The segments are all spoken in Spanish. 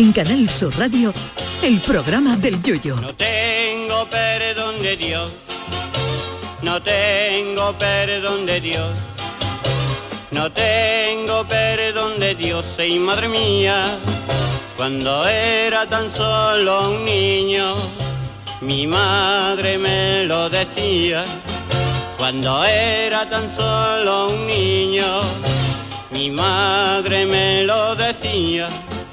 En Canal Sur Radio, el programa del Yoyo. No tengo perdón de Dios, no tengo perdón de Dios, no tengo perdón de Dios, y madre mía, cuando era tan solo un niño, mi madre me lo decía. Cuando era tan solo un niño, mi madre me lo decía.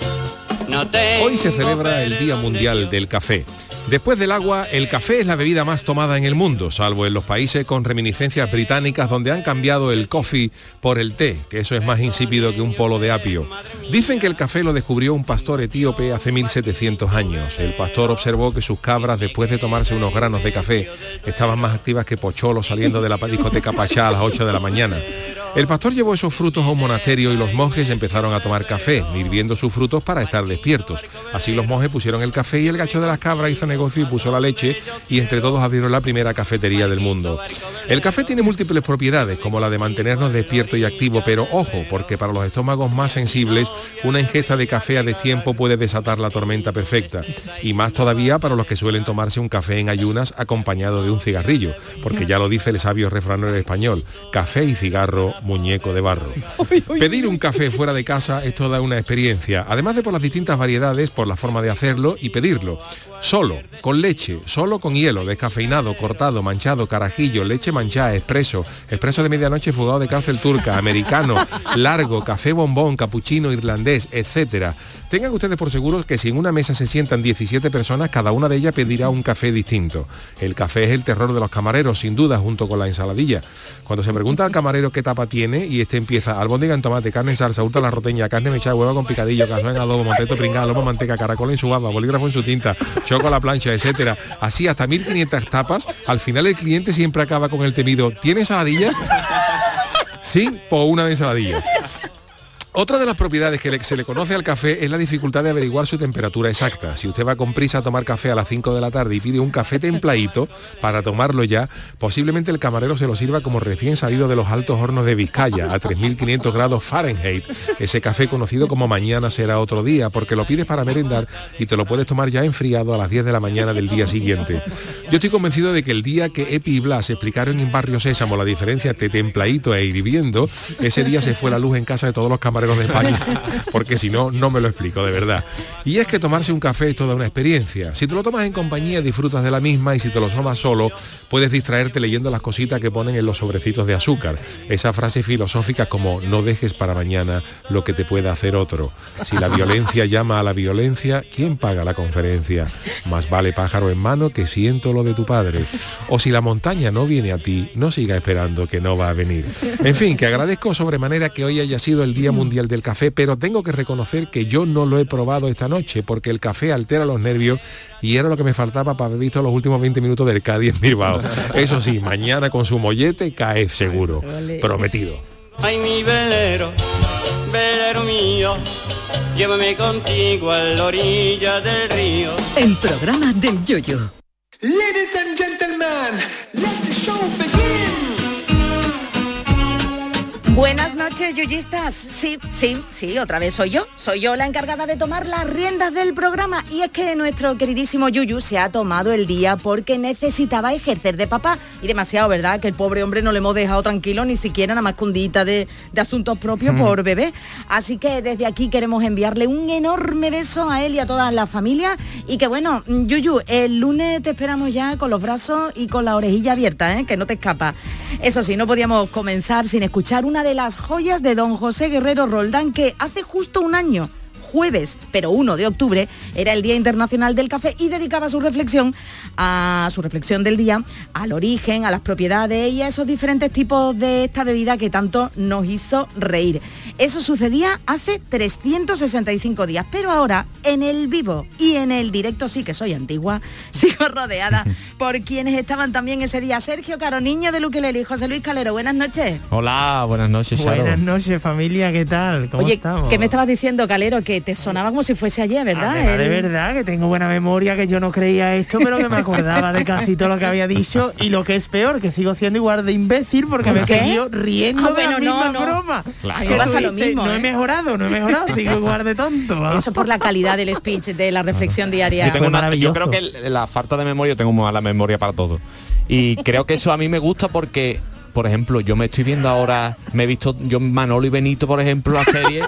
Hoy se celebra el Día Mundial del Café. Después del agua, el café es la bebida más tomada en el mundo, salvo en los países con reminiscencias británicas donde han cambiado el coffee por el té, que eso es más insípido que un polo de apio. Dicen que el café lo descubrió un pastor etíope hace 1700 años. El pastor observó que sus cabras, después de tomarse unos granos de café, estaban más activas que pocholos saliendo de la discoteca Pachá a las 8 de la mañana. El pastor llevó esos frutos a un monasterio y los monjes empezaron a tomar café, hirviendo sus frutos para estar despiertos. Así los monjes pusieron el café y el gacho de las cabras hizo negocio y puso la leche, y entre todos abrieron la primera cafetería del mundo. El café tiene múltiples propiedades, como la de mantenernos despiertos y activos, pero ojo, porque para los estómagos más sensibles, una ingesta de café a destiempo puede desatar la tormenta perfecta. Y más todavía para los que suelen tomarse un café en ayunas acompañado de un cigarrillo, porque ya lo dice el sabio refranero español: café y cigarro, muñeco de barro. Pedir un café fuera de casa es toda una experiencia, además de por las distintas variedades, por la forma de hacerlo y pedirlo. Solo, con leche, solo con hielo, descafeinado, cortado, manchado, carajillo, leche manchada, expreso de medianoche fugado de cárcel turca, americano, largo, café bombón, capuchino, irlandés, etcétera. Tengan ustedes por seguro que si en una mesa se sientan 17 personas, cada una de ellas pedirá un café distinto. El café es el terror de los camareros, sin duda, junto con la ensaladilla. Cuando se pregunta al camarero qué tapa tiene, y este empieza: albóndiga en tomate, carne en salsa, hurta la roteña, carne mechada, huevo con picadillo, cazuela en adobo, monteto pringada, lomo manteca, caracol en su baba, bolígrafo en su tinta, choco a la plancha, etcétera. Así hasta 1500 tapas. Al final el cliente siempre acaba con el temido: ¿tiene ensaladilla? Sí, por una de ensaladilla. Otra de las propiedades que se le conoce al café es la dificultad de averiguar su temperatura exacta. Si usted va con prisa a tomar café a las 5 de la tarde y pide un café templadito para tomarlo ya, posiblemente el camarero se lo sirva como recién salido de los altos hornos de Vizcaya, a 3.500 grados Fahrenheit. Ese café conocido como mañana será otro día, porque lo pides para merendar y te lo puedes tomar ya enfriado a las 10 de la mañana del día siguiente. Yo estoy convencido de que el día que Epi y Blas explicaron en Barrio Sésamo la diferencia entre templadito e hirviendo, ese día se fue la luz en casa de todos los camareros de España, porque si no, no me lo explico, de verdad. Y es que tomarse un café es toda una experiencia. Si te lo tomas en compañía, disfrutas de la misma, y si te lo tomas solo, puedes distraerte leyendo las cositas que ponen en los sobrecitos de azúcar. Esas frases filosóficas como: no dejes para mañana lo que te pueda hacer otro. Si la violencia llama a la violencia, ¿quién paga la conferencia? Más vale pájaro en mano que ciento lo de tu padre. O si la montaña no viene a ti, no siga esperando, que no va a venir. En fin, que agradezco sobremanera que hoy haya sido el Día Mundial del Café, pero tengo que reconocer que yo no lo he probado esta noche, porque el café altera los nervios y era lo que me faltaba para haber visto los últimos 20 minutos del Cádiz en Bilbao. Eso sí, mañana con su mollete cae seguro. Prometido. Ay, mi velero, velero mío, llévame contigo a la orilla del río. El programa del Yoyo. Ladies and gentlemen, let the show begin. Buenas noches, yuyistas. Sí, otra vez soy yo la encargada de tomar las riendas del programa. Y es que nuestro queridísimo Yuyu se ha tomado el día porque necesitaba ejercer de papá. Y demasiado, ¿verdad? Que el pobre hombre no le hemos dejado tranquilo ni siquiera nada más que un día de asuntos propios por bebé. Así que desde aquí queremos enviarle un enorme beso a él y a toda la familia. Y que bueno, Yuyu, el lunes te esperamos ya con los brazos y con la orejilla abierta, que no te escapa. Eso sí, no podíamos comenzar sin escuchar una de las joyas de don José Guerrero Roldán, que hace justo un año, jueves, pero 1 de octubre, era el Día Internacional del Café, y dedicaba su reflexión del día al origen, a las propiedades y a esos diferentes tipos de esta bebida que tanto nos hizo reír. Eso sucedía hace 365 días, pero ahora en el vivo y en el directo, sí que soy antigua, sigo rodeada por quienes estaban también ese día. Sergio Caro, niño de Ukelele, y José Luis Calero, buenas noches. Hola, buenas noches, Charo. Buenas noches, familia, ¿qué tal? ¿Cómo estamos? ¿Qué me estabas diciendo, Calero? Que que te sonaba como si fuese ayer, ¿verdad? De verdad, que tengo buena memoria, que yo no creía esto, pero que me acordaba de casi todo lo que había dicho, y lo que es peor, que sigo siendo igual de imbécil porque me he seguido riendo de la misma broma. Claro. A mí me pasa lo mismo. No he mejorado, sigo igual de tonto. ¿Va? Eso por la calidad del speech, de la reflexión diaria. Yo creo que la falta de memoria, tengo mala memoria para todo. Y creo que eso a mí me gusta porque, por ejemplo, yo me estoy viendo ahora, me he visto yo Manolo y Benito, por ejemplo, la serie,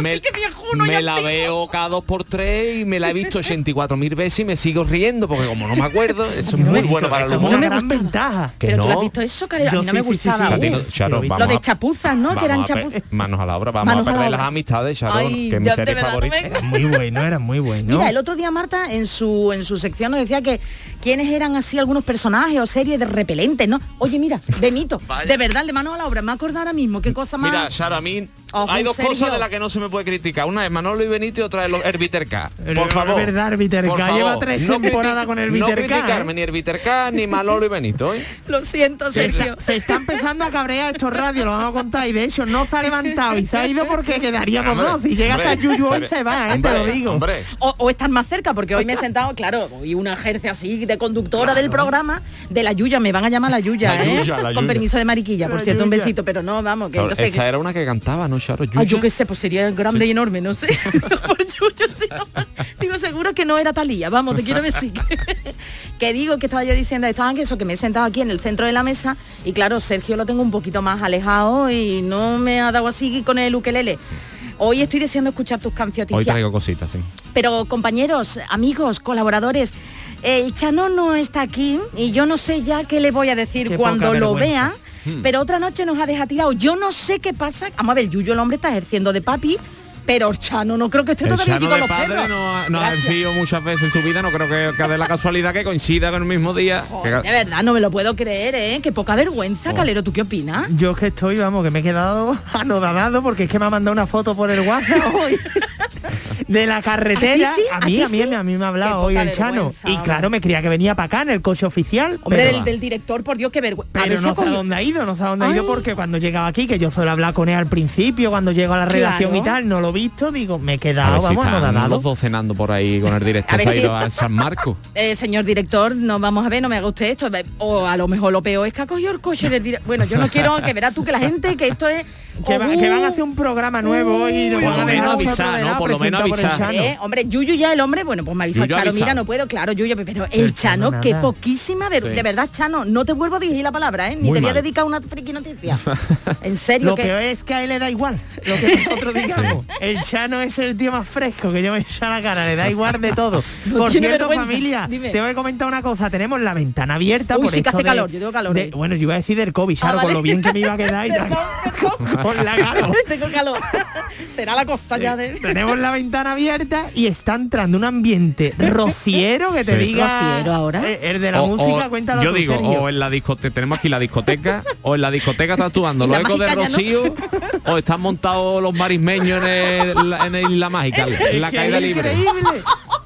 me la veo cada 2 por 3 y me la he visto 84.000 veces y me sigo riendo porque como no me acuerdo, eso es muy bueno para el humor. Es una gran ventaja. ¿Pero tú has visto eso, Carlos? A mí no me gustaba. Lo de chapuzas, ¿no? Que eran chapuzas. Manos a la obra, vamos a perder las amistades, Sharon, que es mi serie favorita. Era muy bueno. Mira, el otro día Marta en su sección nos decía que quiénes eran así algunos personajes o series de repelentes, ¿no? Oye, mira, Benito, de verdad, de Manos a la obra, me acuerdo ahora mismo, qué cosa más... Mira, Sharon, a mí hay dos cosas de las que no se me puede criticar. Una es Manolo y Benito y otra es los Herbiter K. Por favor. Es verdad, Herbiter K. Lleva 3 temporadas con Herbiter K. No criticarme ni Herbiter K ni Manolo y Benito, ¿eh? Lo siento, Sergio. Se está empezando a cabrear estos radios, lo vamos a contar. Y de hecho no se ha levantado y se ha ido porque quedaríamos dos. Si llega hasta Yuyu hoy se va, te lo digo. O están más cerca, porque hoy me he sentado, claro, hoy una ejerce así de conductora del programa de la Yuya. Me van a llamar la Yuya, con permiso de Mariquilla, por cierto, un besito. Pero no, vamos, que entonces... Esa era una que cantaba, ¿no, Charo? Yo qué sé, pues sería grande y enorme, no sé. Por Yuyo, sí, digo, seguro que no era Talía, vamos, te quiero decir. Que digo, que estaba yo diciendo esto, que eso, que me he sentado aquí en el centro de la mesa y claro, Sergio lo tengo un poquito más alejado y no me ha dado así con el ukelele. Hoy estoy deseando escuchar tus canciones. Hoy traigo cositas, sí. Pero compañeros, amigos, colaboradores, el Chano no está aquí y yo no sé ya qué le voy a decir cuando lo vea. Pero otra noche nos ha dejado tirado. Yo no sé qué pasa. Vamos a ver, Yuyo, el hombre, está ejerciendo de papi, pero el Chano no creo que esté todavía aquí con los perros. No ha sido muchas veces en su vida, no creo que de la casualidad que coincida con el mismo día. Joder, de verdad, no me lo puedo creer, Qué poca vergüenza, Calero, ¿tú qué opinas? Yo es que estoy, vamos, que me he quedado anodadado porque es que me ha mandado una foto por el WhatsApp hoy. De la carretera. ¿A mí me ha hablado hoy el Chano. Y claro, me creía que venía para acá en el coche oficial. Hombre, del director, por Dios, qué vergüenza. Pero no sé a dónde ha ido, porque cuando llegaba aquí, que yo suelo hablar con él al principio, cuando llego a la redacción y tal, no lo he visto, digo, me he quedado, vamos, anodado. Los dos cenando por ahí con el director, se ha ido a San Marcos. Señor director, no vamos a ver, no me haga usted esto. O a lo mejor lo peor es que ha cogido el coche del director. Bueno, yo no quiero que verás tú que la gente, que esto es... Que van a hacer un programa nuevo y por lo menos avisar, ¿no? Por lo menos avisar. Hombre, Yuyu ya el hombre, bueno, pues me ha avisado Chano, mira, no puedo, claro, Yuyu, pero el Chano, qué poquísima, de verdad, Chano, no te vuelvo a dirigir la palabra, ni muy te voy a dedicar una friki noticia. En serio. Lo peor es que a él le da igual lo que nosotros digamos. El Chano es el tío más fresco que yo me echo a la cara, le da igual de todo. Por cierto, familia, te voy a comentar una cosa, tenemos la ventana abierta. Uy, por sí que hace calor, yo tengo calor. Bueno, yo iba a decir del COVID, Charo, con lo bien que me iba a quedar y tal. Con la cara. Tengo calor. Será la cosa ya de... Tenemos la ventana abierta y está entrando un ambiente rociero que te diga... ¿Rociero ahora? El de la música, cuéntalo. Yo digo, Sergio. o en la discoteca, tenemos aquí la discoteca, o en la discoteca está actuando los ecos de Rocío, o están montados los marismeños en Isla Mágica, en la caída libre. Increíble.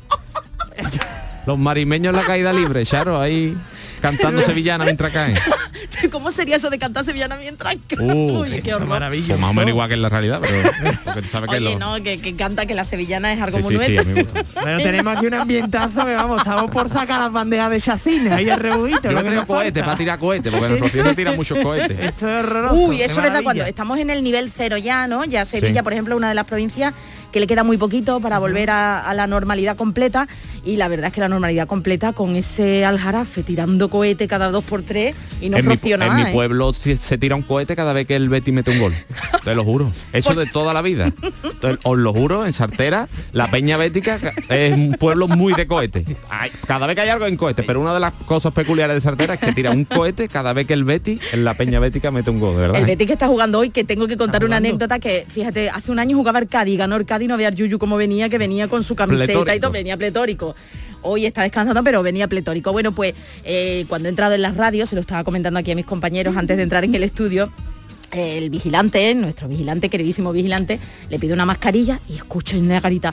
Los marismeños en la caída libre, Charo, ahí cantando sevillana mientras caen. ¿Cómo sería eso de cantar sevillana mientras caen? Uy, qué horror. Maravilla. Pues más o menos igual que en la realidad, pero porque tú sabes que canta que la sevillana es algo muy nuevo. Sí, a mí me gusta. Bueno, tenemos aquí un ambientazo que vamos, estamos por sacar las bandejas de chacina y el rebudito. Yo tengo cohetes para tirar cohetes, porque en el Rocío se tiran muchos cohetes. Esto es horroroso. Uy, eso es verdad, cuando estamos en el nivel 0 ya, ¿no? Ya Sevilla, por ejemplo, una de las provincias que le queda muy poquito para volver a la normalidad completa, y la verdad es que la normalidad completa con ese Aljarafe tirando cohete cada 2 por 3 y no funciona nada. En mi pueblo se tira un cohete cada vez que el Betis mete un gol. Te lo juro. Eso de toda la vida. Entonces, os lo juro, en Sartera, la Peña Bética es un pueblo muy de cohete. Cada vez que hay algo en cohete, pero una de las cosas peculiares de Sartera es que tira un cohete cada vez que el Betis en la Peña Bética mete un gol, ¿verdad? El Betis que está jugando hoy, que tengo que contar una anécdota que, fíjate, hace un año jugaba el Cádiz, ganó el Cádiz, no veas Yuyu cómo venía, que venía con su camiseta pletórico. Y todo, venía pletórico. Hoy está descansando, pero venía pletórico. Bueno, pues cuando he entrado en las radios, se lo estaba comentando aquí a mis compañeros antes de entrar en el estudio, el vigilante, nuestro vigilante, queridísimo vigilante, le pide una mascarilla y escucho en negrita.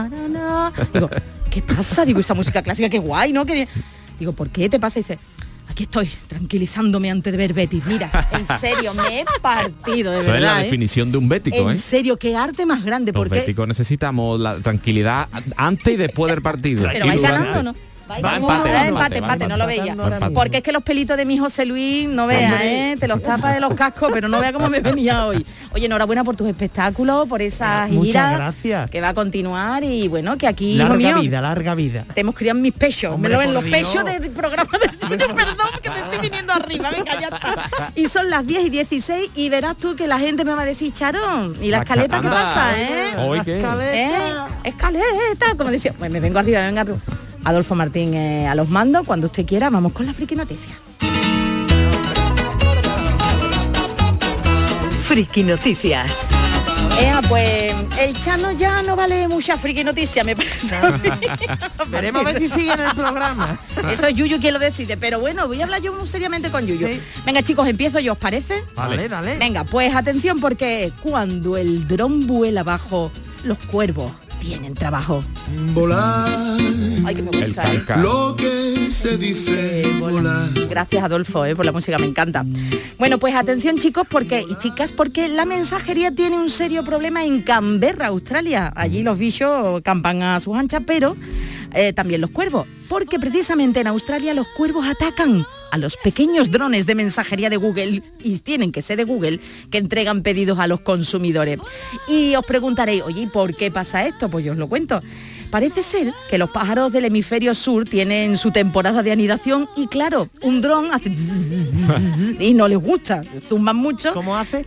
Digo, ¿qué pasa? Digo, esa música clásica, qué guay, ¿no? Digo, ¿por qué te pasa? Y dice, Aquí estoy, tranquilizándome antes de ver Betis. Mira, en serio, me he partido, de Eso verdad. es la definición de un bético, En serio, qué arte más grande. Los Porque béticos necesitamos la tranquilidad antes y después del partido. pero Y vais durante. ganando, ¿no? Va empate, no lo veía. empate. Porque es que los pelitos de mi José Luis, no veas, te los tapas de los cascos, pero no veas cómo me venía hoy. Oye, enhorabuena por tus espectáculos, por esa gira. Muchas gracias. Que va a continuar y bueno, que aquí, Larga hijo mío, vida, larga vida. te hemos criado en mis pechos. Hombre, Me lo ven por los Dios. pechos del programa de Yuyu, perdón, que me estoy viniendo arriba, venga, ya está. Y son las 10:16 y verás tú que la gente me va a decir, Charón, ¿y la escaleta qué anda. pasa, Hoy qué. Escaleta, como decía, pues me vengo arriba, venga tú. Adolfo Martín a los mandos, cuando usted quiera, vamos con la friki noticia. Friki Noticias. Pues el Chano ya no vale mucha friki noticia, me parece. Veremos a ver si sigue en el programa. Eso es Yuyu quien lo decide, pero bueno, voy a hablar yo muy seriamente con Yuyu. Sí. Venga chicos, empiezo yo, ¿os parece? Dale, dale. Venga, pues atención porque cuando el dron vuela abajo, los cuervos tienen trabajo. Volar, Ay, que me El gusta, canca. lo que se dice volar. Gracias Adolfo por la música, me encanta. Bueno, pues atención chicos y chicas, porque la mensajería tiene un serio problema en Canberra, Australia. Allí los bichos campan a sus anchas, pero también los cuervos. Porque precisamente en Australia los cuervos atacan a los pequeños drones de mensajería de Google, y tienen que ser de Google, que entregan pedidos a los consumidores. Y os preguntaréis, oye, ¿y por qué pasa esto? Pues yo os lo cuento. Parece ser que los pájaros del hemisferio sur tienen su temporada de anidación y claro, un dron hace y no les gusta, zumban mucho. ¿Cómo hace?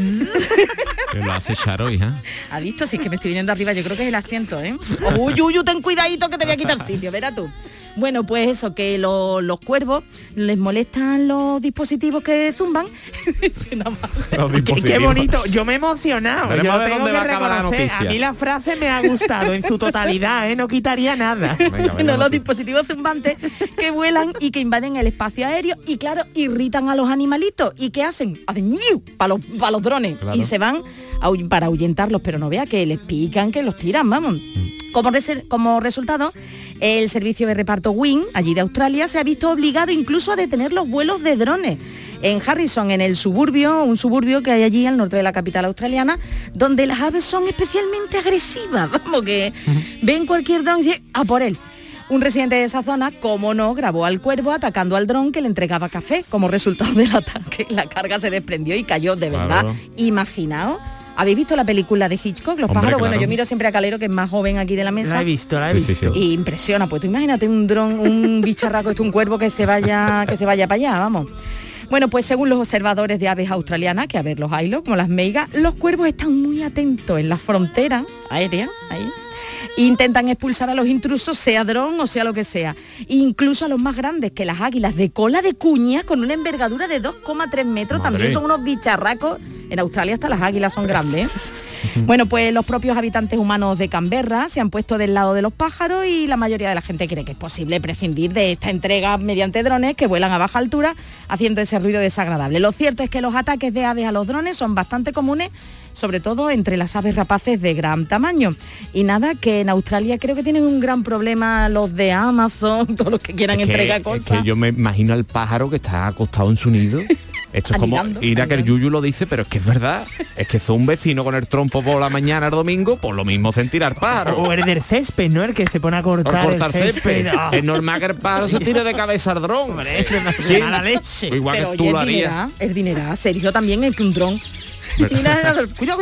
Que lo hace Charo, hija. ¿Ha visto? Si es que me estoy viniendo arriba, yo creo que es el asiento, ¿eh? Uy, ten cuidadito que te voy a quitar sitio, verás tú. Bueno, pues eso, que los cuervos les molestan los dispositivos que zumban. Suena mal. Qué bonito, yo me he emocionado. Veremos a Yo ver tengo dónde que va a acabar la reconocer, noticia. a mí la frase me ha gustado en su totalidad, no quitaría nada. Bueno, los dispositivos zumbantes que vuelan y que invaden el espacio aéreo y claro, irritan a los animalitos. ¿Y qué hacen? Hacen para los drones. Claro. Y se van para ahuyentarlos, pero no vea que les pican, que los tiran, vamos. Como resultado, el servicio de reparto Wing, allí de Australia, se ha visto obligado incluso a detener los vuelos de drones. En Harrison, en un suburbio que hay allí al norte de la capital australiana, donde las aves son especialmente agresivas, vamos, que ven cualquier dron y dicen, a por él. Un residente de esa zona, como no, grabó al cuervo atacando al dron que le entregaba café. Como resultado del ataque, la carga se desprendió y cayó, de verdad. Claro. Imaginaos. ¿Habéis visto la película de Hitchcock, Los Hombre, pájaros? claro. Bueno, yo miro siempre a Calero, que es más joven aquí de la mesa. La he visto. Sí, sí. Y impresiona, pues tú imagínate un dron, un bicharraco, un cuervo que se vaya para allá, vamos. Bueno, pues según los observadores de aves australianas, que a ver los haylos, como las meigas, los cuervos están muy atentos en la frontera aérea, ahí. Intentan expulsar a los intrusos, sea dron o sea lo que sea. Incluso a los más grandes, que las águilas de cola de cuña, con una envergadura de 2,3 metros, Madre. también son unos bicharracos. En Australia hasta las águilas son grandes, ¿eh? Bueno, pues los propios habitantes humanos de Canberra se han puesto del lado de los pájaros y la mayoría de la gente cree que es posible prescindir de esta entrega mediante drones que vuelan a baja altura haciendo ese ruido desagradable. Lo cierto es que los ataques de aves a los drones son bastante comunes, sobre todo entre las aves rapaces de gran tamaño. Y nada, que en Australia creo que tienen un gran problema los de Amazon, todos los que quieran entregar cosas. Es que yo me imagino al pájaro que está acostado en su nido. Esto es como Anidando, ir a que el anidando. Yuyu lo dice, pero es que es verdad. Es que fue un vecino con el trompo por la mañana el domingo, por lo mismo sentirá el pájaro. O el del césped, ¿no? El que se pone a Por cortar, cortar el césped. Ah. Es normal que el pájaro se tire de cabeza al dron. Hombre, esto no ¿Quién? da la leche. Igual Pero que tú oye, lo harías. el dineral, Sergio también es que un dron. Mira, cuidado.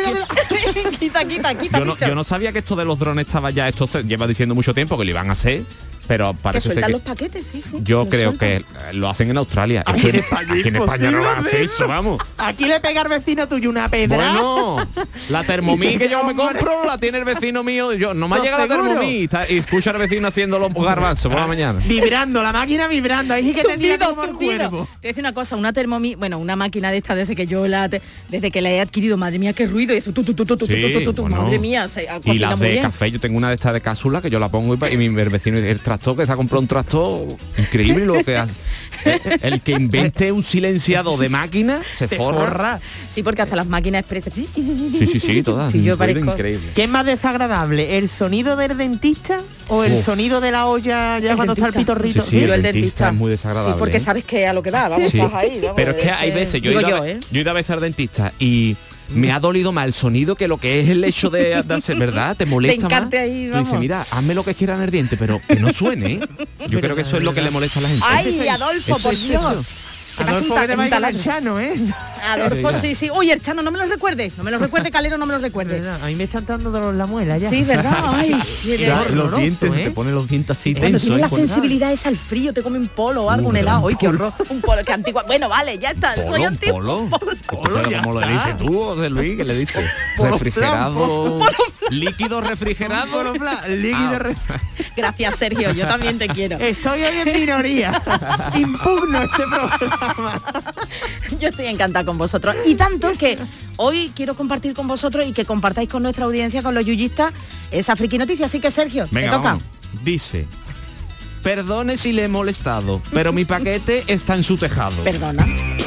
quita. Yo no sabía que esto de los drones estaba ya, esto se lleva diciendo mucho tiempo que lo iban a hacer, pero Que parece ser sueltan que los paquetes, sí. yo los creo sueltan. que lo hacen en Australia. Aquí en España Aquí en España no van a hacer imposible eso, vamos. Aquí le pega al vecino tuyo una pedra. Bueno, la Thermomix que yo me Hombre. compro la tiene el vecino mío. Yo no me ha No, llegado la seguro. Thermomix y escucha al vecino haciendo los garbanzos por la mañana. Vibrando, la máquina vibrando. Ahí sí que te tira como el Zumbido. cuervo. Te voy a decir una cosa, una Thermomix, bueno, una máquina de esta desde que la he adquirido, madre mía, qué ruido, y eso, Bueno. madre mía, Y cocina las muy de bien. café, yo tengo una de estas de cápsula que yo la pongo y el vecino, el tractor que está comprando un tractor increíble lo que hace. El que invente un silenciado de máquina se forra. Sí, porque hasta las máquinas expresas. Sí, todas. Sí, yo parezco increíble. ¿Qué es más desagradable? ¿El sonido del dentista o el sonido de la olla ya cuando está el pitorrito? Sí, el dentista es muy desagradable. Sí, porque sabes que a lo que va, vamos, estás ahí. Vamos, pero es que hay veces, yo he ido a veces al dentista y me ha dolido más el sonido que lo que es el hecho de hacer, ¿verdad? Te molesta más. Ahí, vamos. Dice, mira, hazme lo que quieras en el diente, pero que no suene, ¿eh? Yo creo que eso es lo que le molesta a la gente. ¡Ay, Adolfo, por Dios! Adolfo, que te vaya al Chano, ¿eh? Adolfo, sí. Uy, el Chano, no me lo recuerde, Calero, no me lo recuerde. A mí me están dando dolor la muela ya. Sí, ¿verdad? Ay, los dientes, te ponen los dientes así cuando tensos. tienes la sensibilidad esa al frío, te come un polo o algo, un helado. ¡Ay, qué horror! Un polo, que antigua. Bueno, vale, ya está. Soy antiguo. ¿Polo? ¿Cómo le dices tú, José Luis? ¿Qué le dices? Refrigerado. Líquido refrigerado. Líquido refrigerado. Gracias, Sergio, yo también te quiero. Estoy hoy en minoría. Impugno este programa. Yo estoy encantada con vosotros. Y tanto que hoy quiero compartir con vosotros y que compartáis con nuestra audiencia, con los yuyistas, esa friki noticia. Así que, Sergio, venga, te toca. Vamos. Dice, perdone si le he molestado, pero mi paquete está en su tejado. Perdona.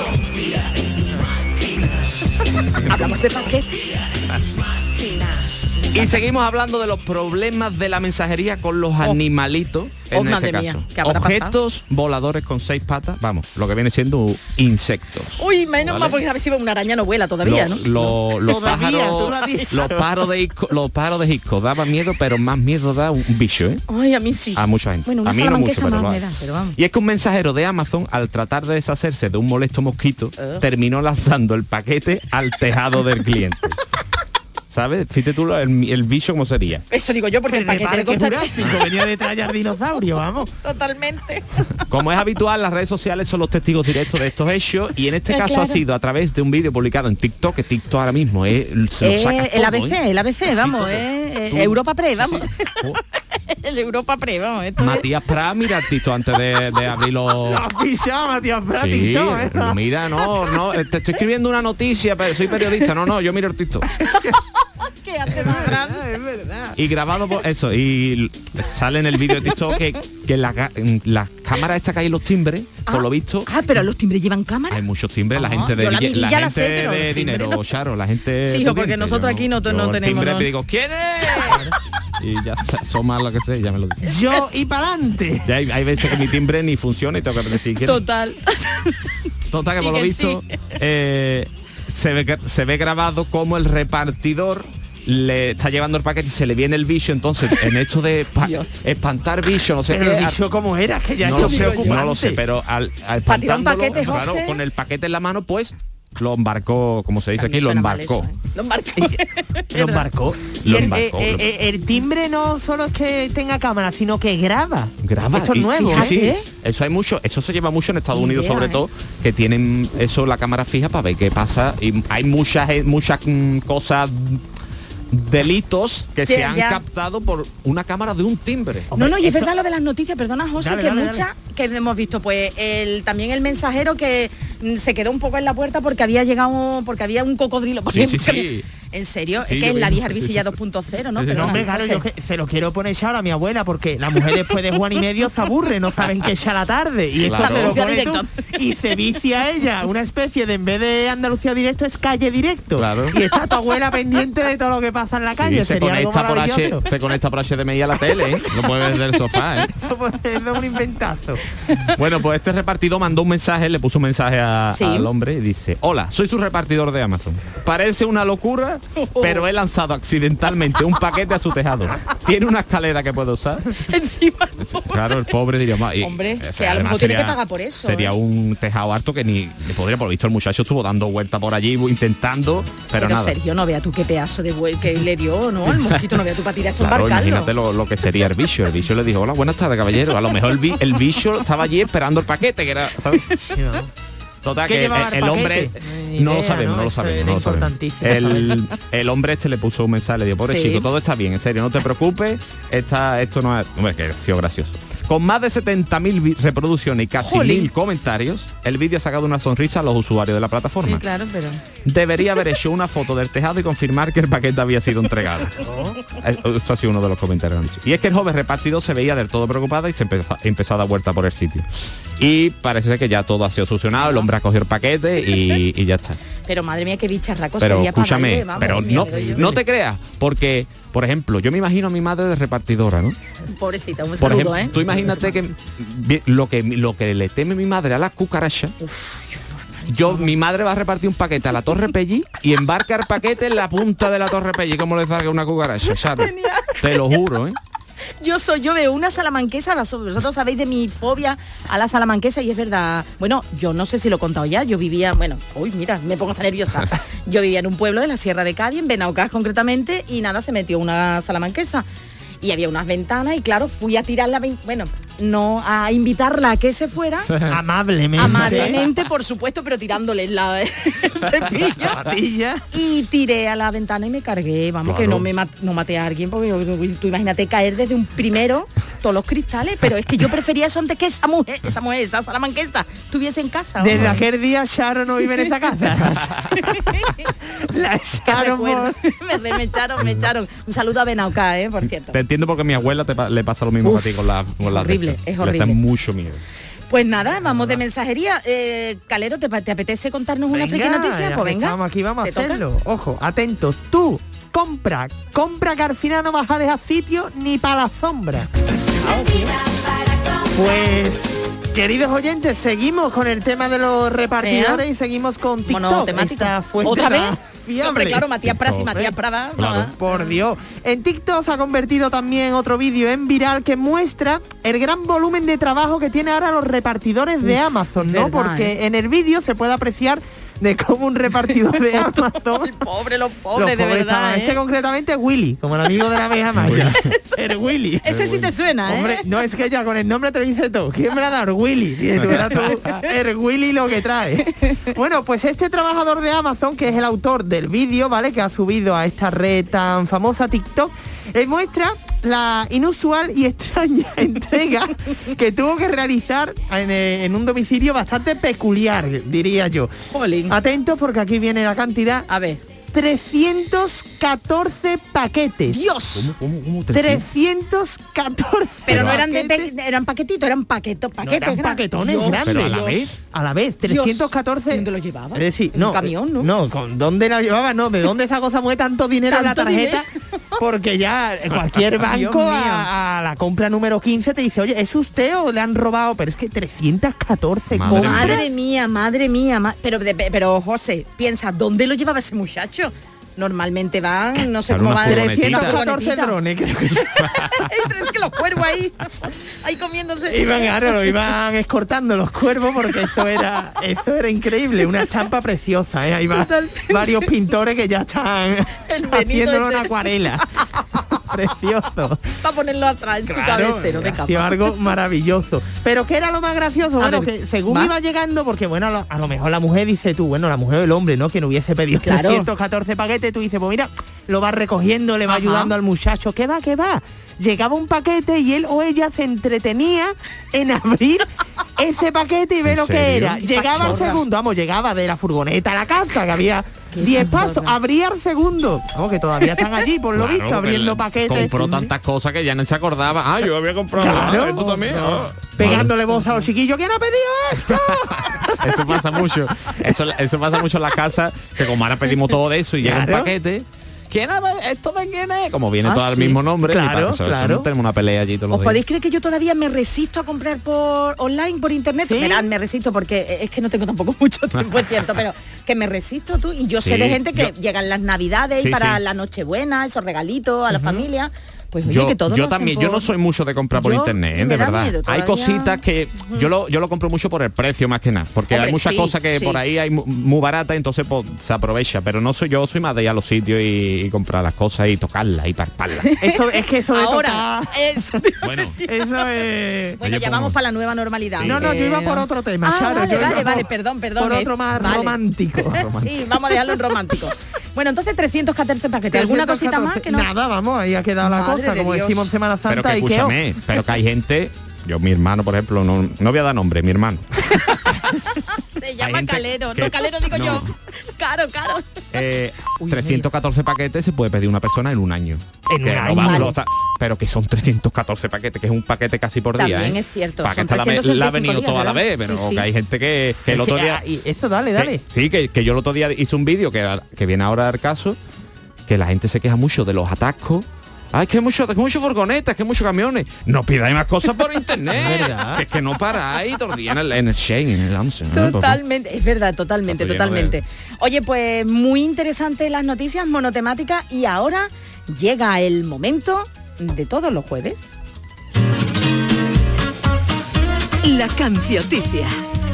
Hablamos de paquete. Y seguimos hablando de los problemas de la mensajería con los animalitos, en este caso. Objetos voladores con 6 patas, vamos, lo que viene siendo insectos. Uy, menos mal, porque a ver si una araña no vuela todavía, ¿no? Los pájaros de Hitchcock daban miedo, pero más miedo da un bicho, ¿eh? Ay, a mí sí. A mucha gente. Bueno, a mí no mucho, pero vamos. Y es que un mensajero de Amazon, al tratar de deshacerse de un molesto mosquito, terminó lanzando el paquete al tejado del cliente. ¿Sabes? Fíjate tú el bicho cómo sería. Eso digo yo, porque el paquete de Jurásico venía de tallar dinosaurio, vamos. Totalmente. Como es habitual, las redes sociales son los testigos directos de estos hechos y en este caso ha sido a través de un vídeo publicado en TikTok, que TikTok ahora mismo se lo saca todo, el ABC, vamos, Europa Pre, vamos. El Europa Pre, vamos. Matías Prat, mira el TikTok antes de abrirlo. Matías Prat, sí, TikTok, mira, no, te estoy escribiendo una noticia, pero soy periodista, no, yo miro el TikTok. ¿Qué hace más grande? Es verdad. Y grabado por eso, y sale en el vídeo de TikTok que las cámaras estas que hay en los timbres, por lo visto. Pero los timbres llevan cámaras. Hay muchos timbres, la gente de dinero, no. Charo, la gente. Sí, porque nosotros aquí no tenemos. Timbre y digo, ¿quién es? Y ya asoma lo que sé, ya me lo digo. Yo y pa'lante. Ya hay veces que mi timbre ni funciona y tengo que decir quién. Total, que por lo visto se ve grabado como el repartidor le está llevando el paquete y se le viene el bicho, entonces en hecho de espantar bicho, no sé pero qué. El bicho cómo era, que ya no lo sé, pero al espantándolo, claro, con el paquete en la mano, pues lo embarcó, como se dice aquí, lo embarcó. Lo embarcó. Y el timbre no solo es que tenga cámara, sino que graba. Esto es nuevo. Sí. Eso hay mucho, eso se lleva mucho en Estados Unidos, sobre todo, que tienen eso, la cámara fija para ver qué pasa. Y hay muchas cosas, delitos que se han captado por una cámara de un timbre. No, y es verdad lo de las noticias, perdona, José, muchas que hemos visto, pues también el mensajero que se quedó un poco en la puerta porque había un cocodrilo, por ejemplo. Sí. En serio, es que es la vieja Arvisilla 2.0, ¿no? No, hombre, claro, yo se lo quiero poner ya ahora a mi abuela, porque la mujer después de Juan y medio se aburre, no saben qué es a la tarde. Y esto se lo pone tú, y se vicia ella, una especie de, en vez de Andalucía Directo, es Calle Directo. Claro. Y está tu abuela pendiente de todo lo que pasa en la calle. Se conecta por HDMI a la tele, ¿eh? Lo puede ver del sofá, ¿eh? Es un inventazo. Bueno, pues este repartidor mandó un mensaje, le puso un mensaje al hombre y dice: hola, soy su repartidor de Amazon. Parece una locura, pero he lanzado accidentalmente un paquete a su tejado. ¿Tiene una escalera que puedo usar? Encima. Claro, el pobre diría más. Hombre, que a lo mejor tiene que pagar por eso. Sería un tejado harto que ni le podría, por lo visto el muchacho estuvo dando vuelta por allí, intentando, pero nada. Sergio, no vea tú qué pedazo de vuelta que le dio, ¿no? El mosquito, no vea tú para tirar eso, embarcarlo. Imagínate lo que sería el bicho. El bicho le dijo: hola, buenas tardes, caballero. A lo mejor el bicho estaba allí esperando el paquete, que era, ¿sabes? Total, que el hombre no lo sabemos. El hombre este le puso un mensaje, le dijo: pobre chico, todo está bien, en serio, no te preocupes, esto no es... Hombre, que ha sido gracioso. Con más de 70.000 reproducciones y casi 1.000 comentarios, el vídeo ha sacado una sonrisa a los usuarios de la plataforma. Sí, claro, pero... Debería haber hecho una foto del tejado y confirmar que el paquete había sido entregado. Eso ha sido uno de los comentarios. Y es que el joven repartidor se veía del todo preocupada y se empezó a dar vuelta por el sitio. Y parece ser que ya todo ha sido solucionado, el hombre ha cogido el paquete y ya está. Pero madre mía, qué bicharraco pero sería escúchame, para darle, vamos, pero no te creas, porque, por ejemplo, yo me imagino a mi madre de repartidora, ¿no? Pobrecita, un Por saludo, ejemplo, tú imagínate que lo que le teme mi madre a las cucarachas. Mi madre va a repartir un paquete a la Torre Pellí y embarca el paquete en la punta de la Torre Pellí, como le salga una cucaracha, ¿sabes? Te lo juro, ¿eh? Yo veo una salamanquesa, vosotros sabéis de mi fobia a la salamanquesa y es verdad. Bueno, yo no sé si lo he contado ya, yo vivía, mira, me pongo hasta nerviosa. Yo vivía en un pueblo de la Sierra de Cádiz, en Benaocás concretamente, y nada, se metió una salamanquesa. Y había unas ventanas y claro, fui a tirarla, no a invitarla a que se fuera. Amablemente, por supuesto, pero tirándole el cepillo. Y tiré a la ventana y me cargué, claro. Que no maté a alguien, porque tú imagínate caer desde un primero todos los cristales, pero es que yo prefería eso antes que esa mujer, esa salamanquesa, estuviese en casa. Desde aquel día Sharon no vive en esta casa. La Sharon me echaron. Un saludo a Benaocá, por cierto. Te entiendo porque a mi abuela le pasa lo mismo a ti con la horrible, es horrible. Le da mucho miedo. Pues nada, vamos de mensajería. Calero, ¿te apetece contarnos una friki noticia? Pues venga. Estamos aquí, vamos a hacerlo. Ojo, atento, tú, compra que al final no vas a dejar sitio ni para la sombra. Pues, queridos oyentes, seguimos con el tema de los repartidores y seguimos con TikTok. ¿Otra vez? Fiable. Hombre, claro, Matías Prats y Matías Prada. Claro. Por Dios. En TikTok se ha convertido también otro vídeo en viral que muestra el gran volumen de trabajo que tienen ahora los repartidores de Amazon, ¿no? Verdad, porque en el vídeo se puede apreciar de cómo un repartidor de Amazon... los pobres, de verdad, Este concretamente es Willy, como el amigo de la abeja maya. El Willy. Ese sí te suena, ¿eh? Hombre, no, es que ya con el nombre te lo dice todo. ¿Quién me lo ha dado? Willy. Y tú eras tú, el Willy lo que trae. Bueno, pues este trabajador de Amazon, que es el autor del vídeo, ¿vale? Que ha subido a esta red tan famosa TikTok, muestra la inusual y extraña entrega que tuvo que realizar en un domicilio bastante peculiar, diría yo. Jolín. Atentos porque aquí viene la cantidad. A ver. 314 paquetes. ¡Dios! ¿Cómo 314. Pero no eran eran paquetitos, eran paquetes. No, eran paquetones grandes. Pero a la vez, 314. ¿Dónde lo llevaba? Es decir, ¿En un camión, no? No, ¿dónde la llevaba? No, ¿de dónde esa cosa mueve tanto dinero en la tarjeta? Porque ya cualquier banco a la compra número 15 te dice, oye, ¿es usted o le han robado? Pero es que 314 compras. Madre mía. Pero José, piensa, ¿dónde lo llevaba ese muchacho? Normalmente van, no sé cómo van, 314 drones, creo que es que los cuervos ahí comiéndose. Iban escortando los cuervos porque eso era increíble, una estampa preciosa, ¿eh? Hay varios pintores que ya están haciéndolo en acuarela. Precioso. Para ponerlo atrás en su cabecero de capa. Algo maravilloso. Pero ¿qué era lo más gracioso? Bueno, que según iba llegando, porque bueno, a lo mejor la mujer dice tú, bueno, la mujer o el hombre, ¿no? Que no hubiese pedido 314 paquetes, tú dices, pues mira, lo va recogiendo, le va ayudando al muchacho. ¿Qué va? Llegaba un paquete y él o ella se entretenía en abrir ese paquete y ver lo que era. Llegaba al segundo, llegaba de la furgoneta a la casa, que había 10 pasos, abría el segundo. No, que todavía están allí, por lo visto, abriendo paquetes. Compró tantas cosas que ya no se acordaba. Yo había comprado. Claro, ¿tú también? Pegándole voz a los chiquillos. ¿Quién ha pedido esto? Eso pasa mucho. Eso pasa mucho en la casa, que como ahora pedimos todo de eso y llega un paquete. ¿Esto de quién es? Como viene todo el mismo nombre, claro. Tenemos una pelea allí todos los días. ¿Os podéis creer que yo todavía me resisto a comprar por online, por internet? ¿Sí? Mirad, me resisto porque es que no tengo tampoco mucho tiempo, es cierto, pero que me resisto tú. Y yo sé de gente que llegan las navidades y para la Nochebuena, esos regalitos a la familia. Pues oye, que todo yo también, yo no soy mucho de comprar por internet, de verdad. Miedo, hay cositas que yo lo compro mucho por el precio más que nada, porque hay muchas cosas que por ahí hay muy baratas, entonces pues, se aprovecha, pero yo soy más de ir a los sitios y comprar las cosas y tocarlas y palparlas. Eso es que eso de ahora tocar... eso es... Bueno, ya vamos para la nueva normalidad. No, yo iba por otro tema, vale, perdón. Por otro más romántico. Sí, vamos a dejarlo en romántico. Bueno, entonces 314 paquetes. ¿Alguna cosita más? Que no... Nada, vamos, ahí ha quedado la cosa, como decimos en Semana Santa. Pero que escúchame, pero que hay gente, mi hermano, por ejemplo, no voy a dar nombre, mi hermano. Se llama calero, no calero digo yo. Caro. 314 paquetes se puede pedir una persona en un año. Pero que son 314 paquetes, que es un paquete casi por día. También es cierto. Paquete la ha venido toda la vez, pero que hay gente que el otro día... Eso, dale. Que yo el otro día hice un vídeo que viene ahora al caso, que la gente se queja mucho de los atascos. Es que hay mucho furgonetas, que hay muchos camiones. No pidáis más cosas por internet. Es que no paráis todo el día en el Shein, en el Amazon. Totalmente, es verdad, totalmente. Oye, pues muy interesante las noticias monotemáticas y ahora llega el momento de todos los jueves. La cancioticia.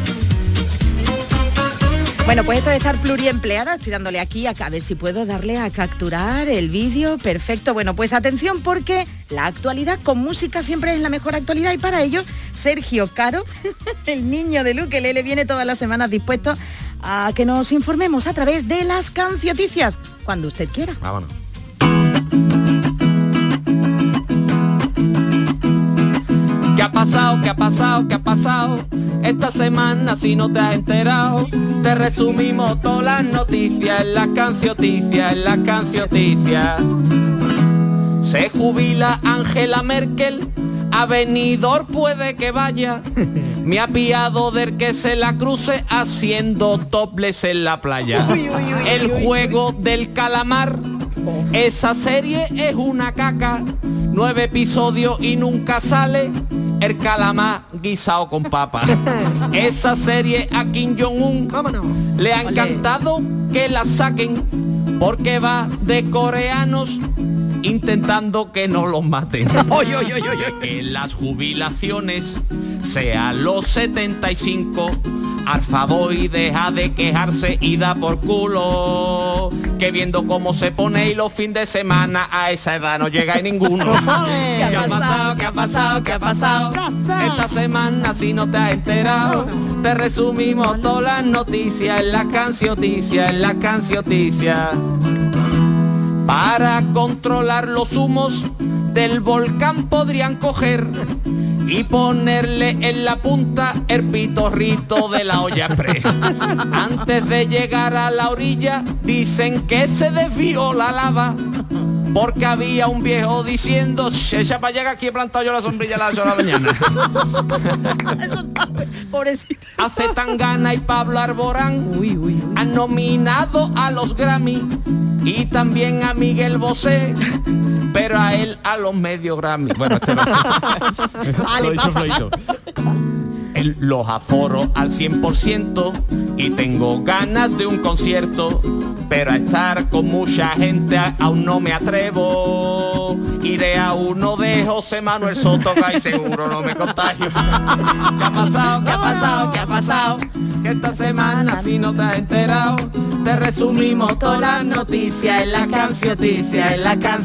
Bueno, pues esto de estar pluriempleada, estoy dándole aquí a ver si puedo darle a capturar el vídeo. Perfecto. Bueno, pues atención porque la actualidad con música siempre es la mejor actualidad y para ello Sergio Caro, el niño del ukelele, viene todas las semanas dispuesto a que nos informemos a través de las cancioticias, cuando usted quiera. Vámonos. ¿Qué ha pasado? Esta semana si no te has enterado, te resumimos todas las noticias en la cancioticia. Se jubila Angela Merkel, a Benidorm puede que vaya. Me ha pillado del que se la cruce haciendo topless en la playa. El juego del calamar, esa serie es una caca. 9 episodios y nunca sale el calamar guisado con papa. Esa serie a Kim Jong-un le ha encantado que la saquen porque va de coreanos intentando que no los maten. Que las jubilaciones sean los 75. Arfaboy deja de quejarse y da por culo, que viendo cómo se pone y los fines de semana a esa edad no llega a ninguno. ¿Qué ha pasado? Esta semana si no te has enterado, te resumimos todas las noticias en la cancioticia. Para controlar los humos del volcán podrían coger y ponerle en la punta el pitorrito de la olla express. Antes de llegar a la orilla dicen que se desvió la lava porque había un viejo diciendo: echa para allá que aquí he plantado yo la sombrilla a las 8 de la mañana. Pobrecito. Hace Tangana y Pablo Arborán han nominado a los Grammy y también a Miguel Bosé, pero a él a los medio Grammy. Bueno, los aforo al 100% y tengo ganas de un concierto, pero a estar con mucha gente aún no me atrevo. Iré a uno de José Manuel Soto, que seguro no me contagio. ¿Qué ha pasado? Que esta semana si no te has enterado, te resumimos todas las noticias en la cancioticia.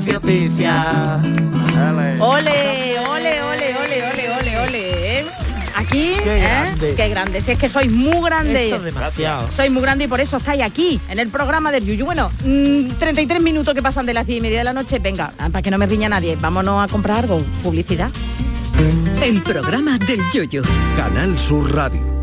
Ole. Aquí, qué grande. Si es que sois muy grande. Esto es demasiado. Sois muy grande y por eso estáis aquí, en el programa del Yuyu. Bueno, 33 minutos que pasan de las 10:30 de la noche. Venga, para que no me riña nadie, vámonos a comprar algo. Publicidad. El programa del Yuyu. Canal Sur Radio.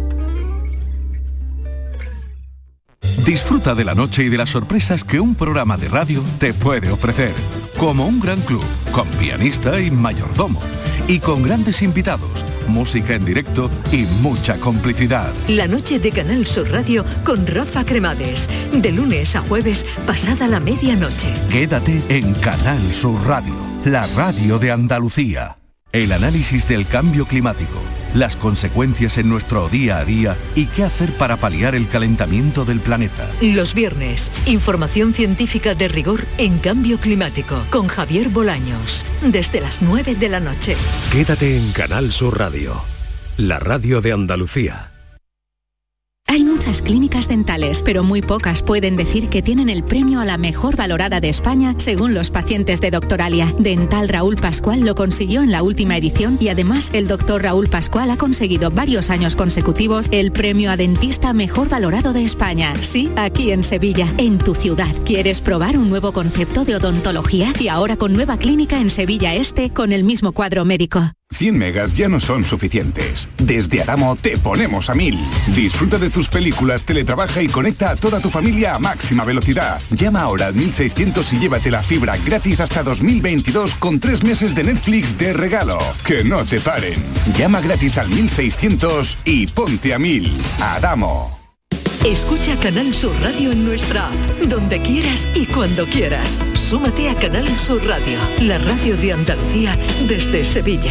Disfruta de la noche y de las sorpresas que un programa de radio te puede ofrecer. Como un gran club, con pianista y mayordomo. Y con grandes invitados, música en directo y mucha complicidad. La noche de Canal Sur Radio con Rafa Cremades. De lunes a jueves, pasada la medianoche. Quédate en Canal Sur Radio, la radio de Andalucía. El análisis del cambio climático, las consecuencias en nuestro día a día y qué hacer para paliar el calentamiento del planeta. Los viernes, información científica de rigor en cambio climático con Javier Bolaños, desde las 9 de la noche. Quédate en Canal Sur Radio, la radio de Andalucía. Hay muchas clínicas dentales, pero muy pocas pueden decir que tienen el premio a la mejor valorada de España según los pacientes de Doctoralia. Dental Raúl Pascual lo consiguió en la última edición y además el doctor Raúl Pascual ha conseguido varios años consecutivos el premio a dentista mejor valorado de España. Sí, aquí en Sevilla, en tu ciudad. ¿Quieres probar un nuevo concepto de odontología? Y ahora con nueva clínica en Sevilla Este con el mismo cuadro médico. 100 megas ya no son suficientes. Desde Adamo te ponemos a 1000. Disfruta de tus películas, teletrabaja y conecta a toda tu familia a máxima velocidad. Llama ahora al 1600 y llévate la fibra gratis hasta 2022 con 3 meses de Netflix de regalo. Que no te paren. Llama gratis al 1600 y ponte a 1000. Adamo. Escucha Canal Sur Radio en nuestra app, donde quieras y cuando quieras. Súmate a Canal Sur Radio, la radio de Andalucía desde Sevilla.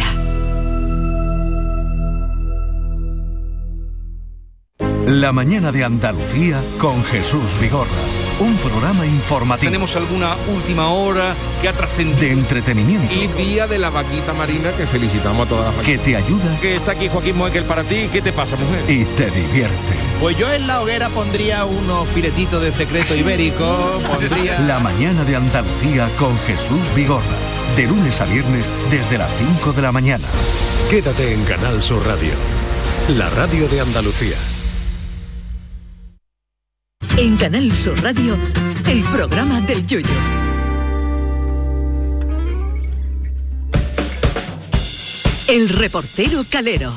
La mañana de Andalucía con Jesús Vigorra. Un programa informativo. Tenemos alguna última hora que ha trascendido. De entretenimiento. Y día de la vaquita marina, que felicitamos a todas las vaquitas. Que te ayuda. Que está aquí Joaquín Moekel para ti. ¿Qué te pasa, mujer? Y te divierte. Pues yo en la hoguera pondría unos filetitos de secreto ibérico. Pondría... La mañana de Andalucía con Jesús Vigorra. De lunes a viernes desde las 5 de la mañana. Quédate en Canal Sur Radio. La radio de Andalucía. En Canal Sur Radio, el programa del Yoyo. El reportero Calero.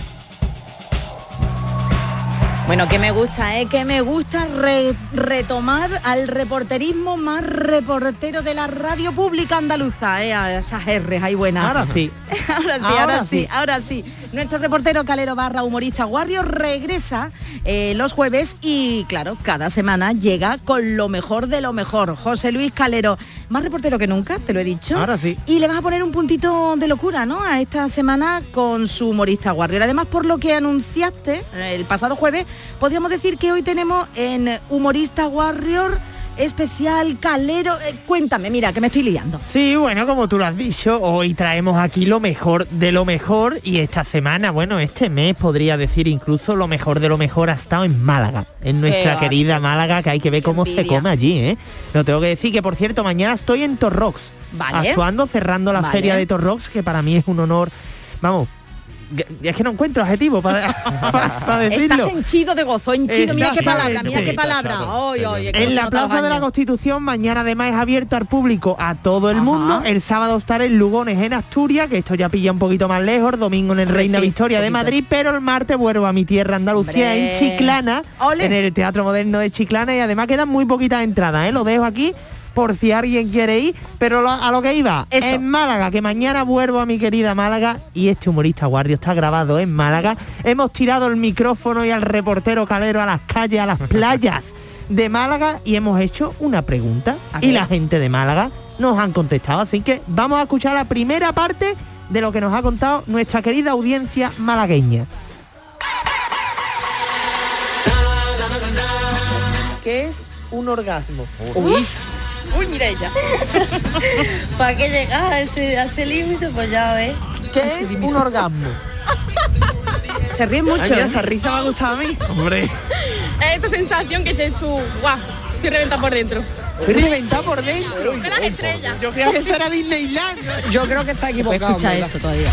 Bueno, que me gusta, que me gusta retomar al reporterismo más reportero de la radio pública andaluza, a esas R's ahí buenas. Ahora sí. Ahora sí. Nuestro reportero Calero / humorista Warrior regresa los jueves y, claro, cada semana llega con lo mejor de lo mejor. José Luis Calero, más reportero que nunca, te lo he dicho. Ahora sí. Y le vas a poner un puntito de locura, ¿no?, a esta semana con su humorista Warrior. Además, por lo que anunciaste el pasado jueves, podríamos decir que hoy tenemos en humorista Warrior especial Calero. Cuéntame, mira, que me estoy liando. Sí, bueno, como tú lo has dicho, hoy traemos aquí lo mejor de lo mejor y esta semana, bueno, este mes podría decir incluso lo mejor de lo mejor ha estado en Málaga, en nuestra querida Málaga, que hay que ver cómo se come allí, Lo tengo que decir, que por cierto, mañana estoy en Torrox, actuando, cerrando la feria de Torrox, que para mí es un honor, vamos... Es que no encuentro adjetivo para decirlo. Estás henchido de gozo, henchido. Mira qué palabra. En la Plaza de la Constitución mañana además es abierto al público, a todo el mundo. El sábado estaré en Lugones, en Asturias, que esto ya pilla un poquito más lejos. Domingo en el Reina Victoria de Madrid, pero el martes vuelvo a mi tierra Andalucía, en Chiclana, en el Teatro Moderno de Chiclana, y además quedan muy poquitas entradas, lo dejo aquí por si alguien quiere ir, pero a lo que iba, en Málaga, que mañana vuelvo a mi querida Málaga, y este humorista Warrior está grabado en Málaga. Hemos tirado el micrófono y al reportero Calero a las calles, a las playas de Málaga, y hemos hecho una pregunta, y la gente de Málaga nos han contestado, así que vamos a escuchar la primera parte de lo que nos ha contado nuestra querida audiencia malagueña. ¿Qué es un orgasmo? Uy, mira ella. ¿Para qué llegar a ese límite? Pues ya ves. ¿Qué es un orgasmo? Se ríe mucho. Ay, mira, esta risa me ha gustado a mí. Hombre. Esta sensación que tienes tú, guau, estoy reventada por dentro. Estoy reventada por dentro. De las estrellas. Yo creo que esto era Disneyland. Yo creo que está equivocado. Escucha esto todavía.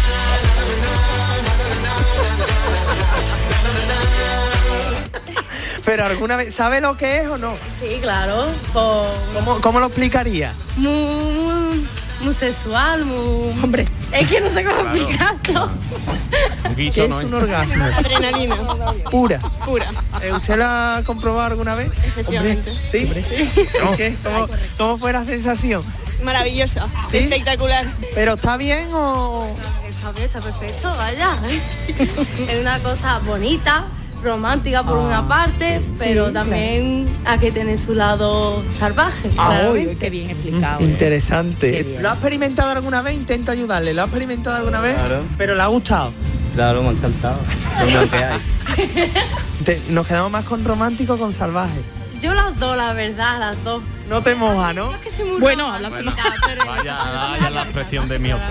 Pero alguna vez, ¿sabe lo que es o no? Sí, claro. ¿Cómo lo explicaría? Muy sexual, muy... Hombre, es que no sé cómo explicarlo. ¿Qué es un orgasmo? Adrenalina. Pura. ¿Usted la ha comprobado alguna vez? Efectivamente. Hombre, ¿sí? ¿Qué? ¿Cómo fue la sensación? Maravillosa, ¿sí? Espectacular. ¿Pero está bien o...? Está bien, está perfecto, vaya. Es una cosa bonita, romántica por una parte, pero también hay que tener su lado salvaje. Qué bien explicado. Interesante. Bien. ¿Lo ha experimentado alguna vez? Intento ayudarle. ¿Lo ha experimentado alguna vez? Claro. ¿Pero le ha gustado? Claro, me ha encantado. Es lo que hay. Nos quedamos más con romántico o con salvaje. Yo las dos, la verdad, las dos. No te moja, ¿no? Yo es que soy muy bueno, romántica, pero vaya la expresión de mi ojo.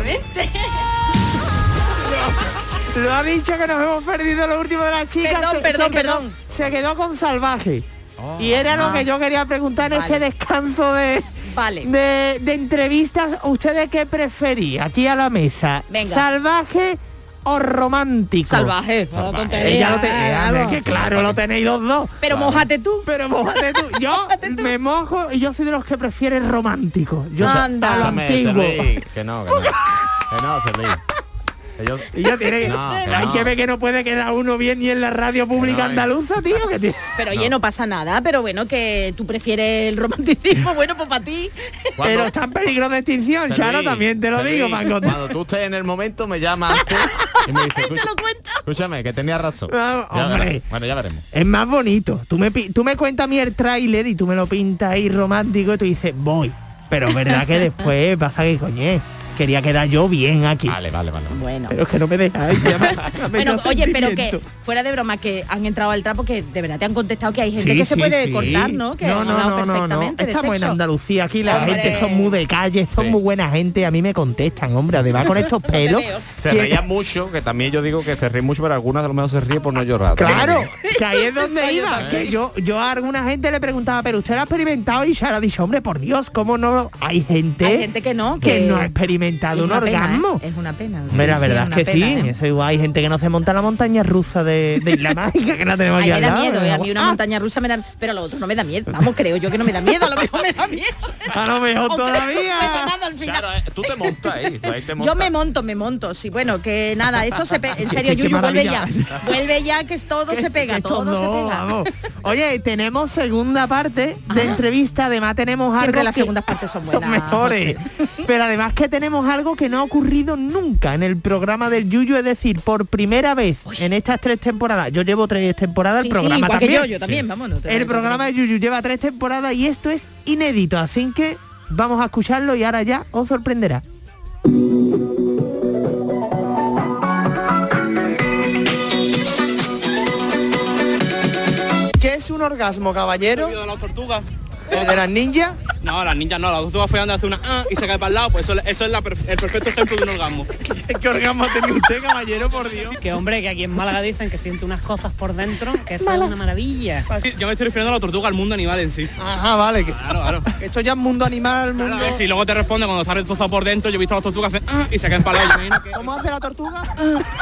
Lo ha dicho que nos hemos perdido lo último de las chicas. Perdón. Se quedó con salvaje. Y era lo que yo quería preguntar en este descanso de entrevistas. ¿Ustedes qué preferís aquí a la mesa? Venga. ¿Salvaje o romántico? Salvaje. Claro, lo tenéis los dos. Pero mójate tú. Yo me mojo y yo soy de los que prefieren romántico. Yo anda, lo antiguo. Que no, se leí. Ella tiene hay que ver que no puede quedar uno bien ni en la radio pública andaluza, tío. Pero oye, no pasa nada, pero bueno, que tú prefieres el romanticismo, bueno, pues para ti. Pero está en peligro de extinción, Charo, también te lo digo, Paco. Cuando tú estés en el momento me llamas y me dices, escúchame, que tenía razón. Hombre, bueno, ya veremos. Es más bonito. Tú me cuentas a mí el tráiler y tú me lo pintas ahí romántico y tú dices, voy. Pero es verdad que después pasa que, coñe, quería quedar yo bien aquí. Vale. Bueno. Pero es que no me dejáis. Bueno, oye, pero que fuera de broma, que han entrado al trapo, que de verdad te han contestado que hay gente que se puede cortar, ¿no? Que no. Estamos en Andalucía, aquí la gente son muy de calle, son muy buena gente, a mí me contestan, hombre, además con estos pelos. Se reían mucho, que también yo digo que se ríen mucho, pero algunas a lo mejor se ríe por no llorar. Claro, que ahí es donde iba, que yo a alguna gente le preguntaba, pero usted lo ha experimentado, y Sara ha dicho, hombre, por Dios, ¿cómo no? Hay gente que no ha experimentado un orgasmo. Es una pena. La verdad es que sí, eso igual hay gente que no se monta la montaña rusa de Isla Mágica, que la tenemos aquí al lado. Me da miedo, a mí una montaña rusa me da, pero lo otro no me da miedo. Vamos, creo yo que no me da miedo, a lo mejor me da miedo. A lo mejor todavía. Claro, tú te montas ahí, Yo me monto, sí, bueno, que nada, esto se pega, en serio, Yuyu, vuelve ya, que todo se pega, todo se pega. Vamos. Oye, tenemos segunda parte de entrevista, además tenemos siempre algo las segundas partes son buenas, mejores, pero además que tenemos algo que no ha ocurrido nunca en el programa del Yuyu, es decir, por primera vez en estas 3 temporadas, yo llevo 3 temporadas, el programa también. Yo también, vámonos. El programa de Yuyu lleva 3 temporadas y esto es inédito, así que vamos a escucharlo y ahora ya os sorprenderá. ¿Qué es un orgasmo, caballero? ¿El de las tortugas? ¿El de las ninjas? No, las ninjas no, las tortugas fue donde hace una y se cae para el lado, pues eso es el perfecto ejemplo de un orgasmo. ¿Qué orgasmo ha tenido usted, caballero, por Dios? Que hombre, que aquí en Málaga dicen que siente unas cosas por dentro, que eso es una maravilla. Yo me estoy refiriendo a la tortuga, al mundo animal en sí. Ajá, vale. Claro. Esto ya es mundo animal, mundo... Claro, si luego te responde cuando está retozado por dentro, yo he visto a las tortugas hacer y se caen para el lado. ¿Cómo hace la tortuga?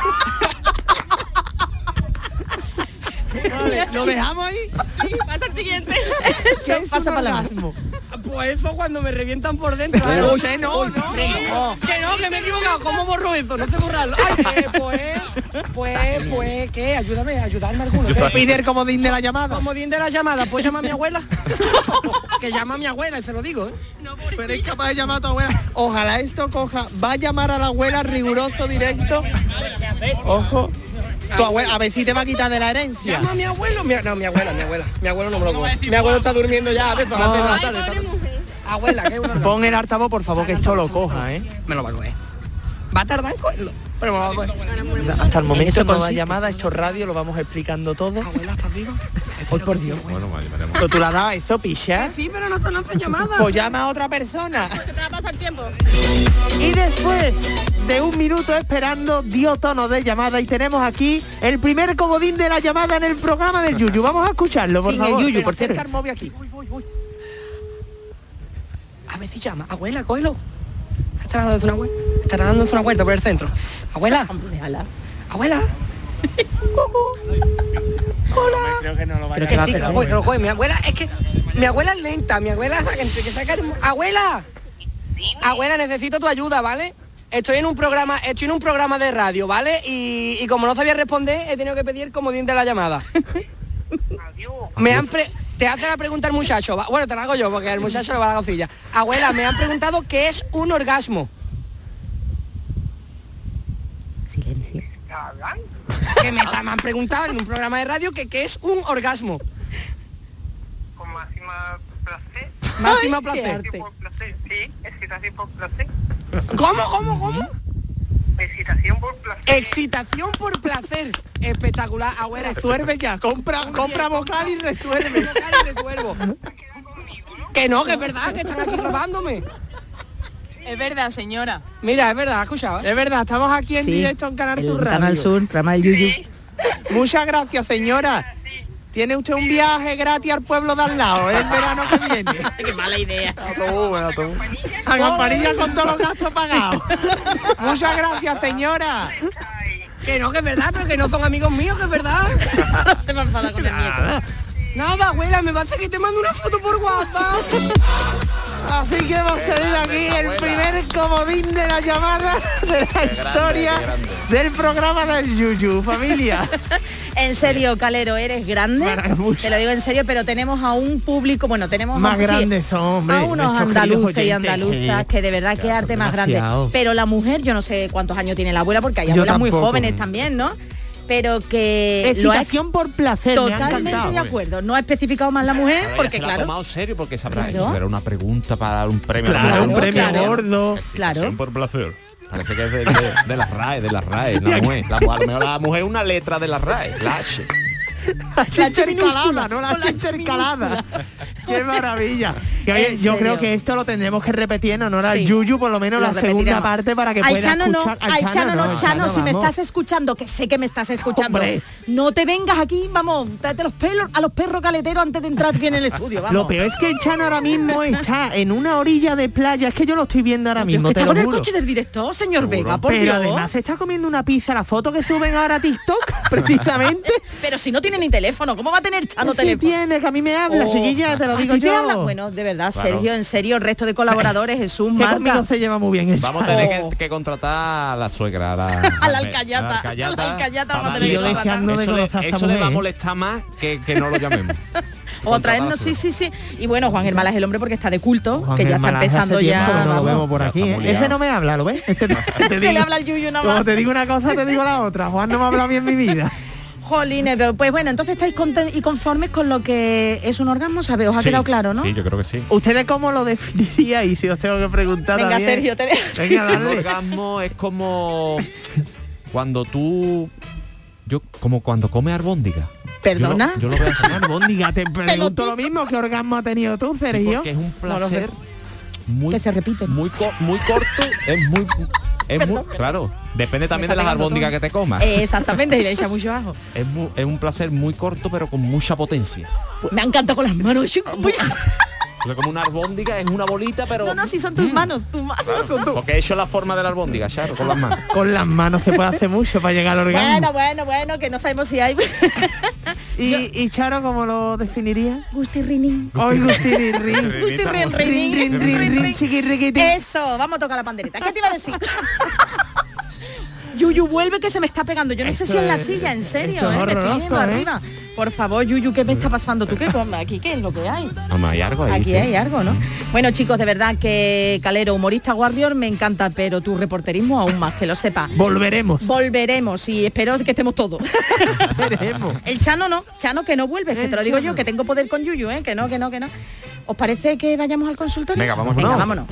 Vale, ¿lo dejamos ahí? Sí, pasa al siguiente. ¿Qué es un orgasmo? Pues eso cuando me revientan por dentro. No, no, que me he equivocado. ¿Cómo borro eso? No sé borrarlo. Ay, pues, ¿qué? Ayúdame alguno. ¿Pide el comodín de la llamada? Comodín de la llamada, pues llama a mi abuela. Que llama a mi abuela, y se lo digo, ¿eh? No, pero es capaz de llamar a tu abuela. Ojalá esto coja. Va a llamar a la abuela riguroso directo. Ojo. Tu abuela, a ver si te va a quitar de la herencia. Llama a mi abuelo. Mi abuelo no me lo coge. Mi abuelo está durmiendo ya. A ver, para la tarde. Abuela, ¿qué? Pon el altavoz, por favor, que esto lo coja, ¿eh? Me lo va a coger. Va a tardar en cogerlo, pero me lo va a coger. Hasta el momento no da llamada, esto es radio, lo vamos explicando todo. Abuela, ¿estás viva? Hoy por Dios. Bueno, veremos. Pero tú la dabas eso, picha. Sí, pero no te hacen llamada. Pues llama a otra persona. Se te va a pasar el tiempo. Y después de 1 minuto esperando, dio tono de llamada y tenemos aquí el primer comodín de la llamada en el programa del Yuyu. Vamos a escucharlo, por favor. El Yuyu, por cierto. Acerca el móvil aquí. Voy. A ver si llama. Abuela, cógelo. Está dándose una vuelta por el centro. Abuela. Abuela. Cucu. Hola. Creo que no lo va a hacer. Que lo coge. Mi abuela es que mi abuela es lenta. Mi abuela es que saca abuela. Abuela, necesito tu ayuda, ¿vale? Estoy en un programa de radio, ¿vale? Y como no sabía responder, he tenido que pedir comodín de la llamada. Te hace la pregunta el muchacho. Bueno, te la hago yo porque el muchacho le va a la cosilla. Abuela, me han preguntado qué es un orgasmo. Silencio. Que me han preguntado en un programa de radio que qué es un orgasmo. Con máxima placer. Máxima placer. Sí, excitación por placer. ¿Cómo? Excitación por placer. Excitación por placer. Espectacular, abuela. Resuelve ya, compra vocal y resuelve. Que no, que es verdad, que están aquí robándome. Es verdad, señora. Mira, es verdad, ¿escuchado? Es verdad, estamos aquí en directo en Canal Sur Radio. Canal Sur, programa del Yuyu. Muchas gracias, señora. Tiene usted un viaje gratis al pueblo de al lado, el verano que viene. Qué mala idea. A campanilla con todos los gastos pagados. Muchas gracias, señora. Que no, que es verdad, pero que no son amigos míos, que es verdad. No se me enfada con el nieto. Nada, abuela, me va a hacer que te mando una foto por WhatsApp. Así que hemos tenido aquí el primer comodín de la llamada de la historia del programa del Yuyu, familia. En serio, Calero, eres grande. Te lo digo en serio, pero tenemos a un público, bueno, tenemos más grandes, hombre, a unos andaluces y andaluzas que de verdad que arte más grande. Pero la mujer, yo no sé cuántos años tiene la abuela, porque hay abuelas muy jóvenes también, ¿no? Pero que excitación por placer, totalmente de acuerdo. No ha especificado más la mujer, porque claro. Se lo ha tomado serio, porque sabrá eso era una pregunta para un premio. Claro, un premio gordo. Excitación por placer. Parece que es de las RAE, la mujer. La mujer es una letra de las RAE, la H. La chicha escalada, no la chicha escalada. Qué maravilla. Yo creo que esto lo tendremos que repetir en honor al Yuyu, por lo menos la segunda parte, para que pueda escuchar. Chano, si me estás escuchando, que sé que me estás escuchando, no te vengas aquí, vamos, tráete los pelos a los perros caleteros antes de entrar aquí en el estudio, vamos. Lo peor es que el Chano ahora mismo está en una orilla de playa, es que yo lo estoy viendo ahora mismo, te lo juro. Está con el coche del director, señor Vega, por Dios. Pero además se está comiendo una pizza, la foto que suben ahora a TikTok, precisamente. Pero si no tiene ni teléfono, ¿cómo va a tener Chano teléfono? Sí tiene, que a mí me habla, chiquilla, te lo digo yo. Bueno, de verdad, claro. Sergio, en serio, el resto de colaboradores, Jesús, Marta. Conmigo se lleva muy bien. Vamos a tener que contratar a la suegra, a la alcayata. Vamos a tener que contratar. Eso le va a molestar más que no lo llamemos. O traernos, sí. Y bueno, Juan Germán es el hombre porque está de culto, que ya está empezando ya. No lo vemos por aquí. Ese no me habla, ¿lo ves? Se le habla al Yuyu nada más. Como te digo una cosa, te digo la otra. Juan no me ha hablado bien mi vida. Jolines, pues bueno, entonces estáis contentos y conformes con lo que es un orgasmo, ¿sabes? ¿Os ha quedado claro, no? Sí, yo creo que sí. ¿Ustedes cómo lo definiríais? Si os tengo que preguntar. Venga, también. Sergio, Venga, dale. Un orgasmo es como cuando tú... como cuando comes albóndiga. ¿Perdona? Yo lo veo así. Albóndiga, te pregunto lo mismo. ¿Qué orgasmo ha tenido tú, Sergio? Porque es un placer muy... Que se repite. Muy corto, es muy claro, depende también de las albóndigas que te comas. Exactamente, y le echa mucho ajo. Es un placer muy corto, pero con mucha potencia. Me ha encantado con las manos. Como una albóndiga, es una bolita, pero... No, si son tus manos, claro, son tus... Porque he hecho la forma de la albóndiga, claro, con las manos. Con las manos se puede hacer mucho para llegar al orgasmo. Bueno, que no sabemos si hay... ¿Y Charo, cómo lo definiría? Gustirrinín. Ay, gustirrinín. Gustirrinín. Eso, vamos a tocar la pandereta. ¿Qué te iba a decir? Yuyu, vuelve que se me está pegando. Yo no sé si en la silla, en serio, me estoy yendo arriba. Por favor, Yuyu, ¿qué me está pasando? ¿Tú qué comes? ¿Aquí qué es lo que hay? Vamos, hay algo ahí. Aquí hay algo, ¿no? Bueno, chicos, de verdad que Calero, humorista Warrior, me encanta, pero tu reporterismo aún más, que lo sepa. Volveremos y espero que estemos todos. Veremos. El Chano no, Chano que no vuelve, que te lo digo yo, que tengo poder con Yuyu, que no. ¿Os parece que vayamos al consultorio? Venga, vámonos.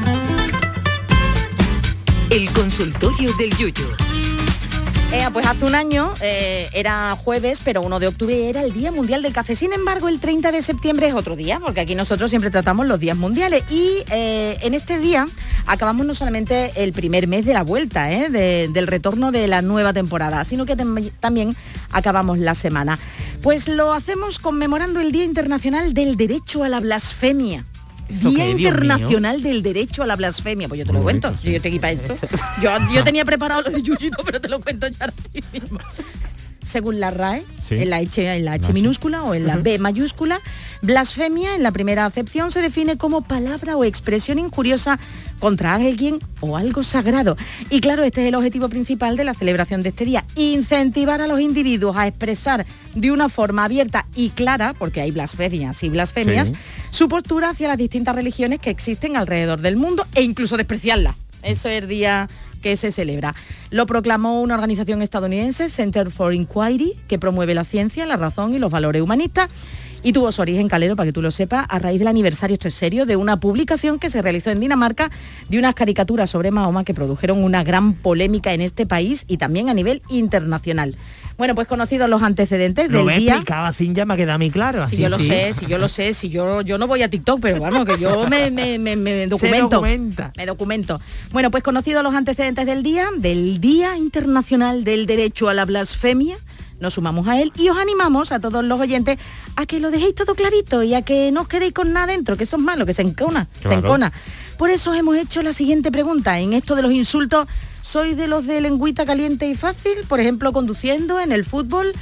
El consultorio del Yuyu. Pues hace un año era jueves, pero 1 de octubre era el Día Mundial del Café. Sin embargo, el 30 de septiembre es otro día, porque aquí nosotros siempre tratamos los días mundiales. Y en este día acabamos no solamente el primer mes de la vuelta, del retorno de la nueva temporada, sino que también acabamos la semana. Pues lo hacemos conmemorando el Día Internacional del Derecho a la Blasfemia. Día Internacional del Derecho a la Blasfemia. Pues yo te lo cuento, yo te equipa esto. Yo tenía preparado lo de Yuyito, pero te lo cuento ya a ti mismo. Según la RAE, en la H minúscula o en la B mayúscula, blasfemia, en la primera acepción, se define como palabra o expresión injuriosa contra alguien o algo sagrado. Y claro, este es el objetivo principal de la celebración de este día, incentivar a los individuos a expresar de una forma abierta y clara, porque hay blasfemias y blasfemias, su postura hacia las distintas religiones que existen alrededor del mundo e incluso despreciarlas. Eso es el día que se celebra. Lo proclamó una organización estadounidense, Center for Inquiry, que promueve la ciencia, la razón y los valores humanistas, y tuvo su origen, Calero, para que tú lo sepas, a raíz del aniversario, esto es serio, de una publicación que se realizó en Dinamarca de unas caricaturas sobre Mahoma que produjeron una gran polémica en este país y también a nivel internacional. Bueno, pues conocidos los antecedentes del día... Lo explicaba sin ya me queda muy claro. Si yo lo sé, yo no voy a TikTok, pero vamos, que yo me documento. Me documento. Bueno, pues conocidos los antecedentes del Día Internacional del Derecho a la Blasfemia, nos sumamos a él y os animamos a todos los oyentes a que lo dejéis todo clarito y a que no os quedéis con nada dentro, que eso es malo, que se encona. Por eso hemos hecho la siguiente pregunta. En esto de los insultos, ¿sois de los de lengüita caliente y fácil? Por ejemplo, conduciendo, en el fútbol.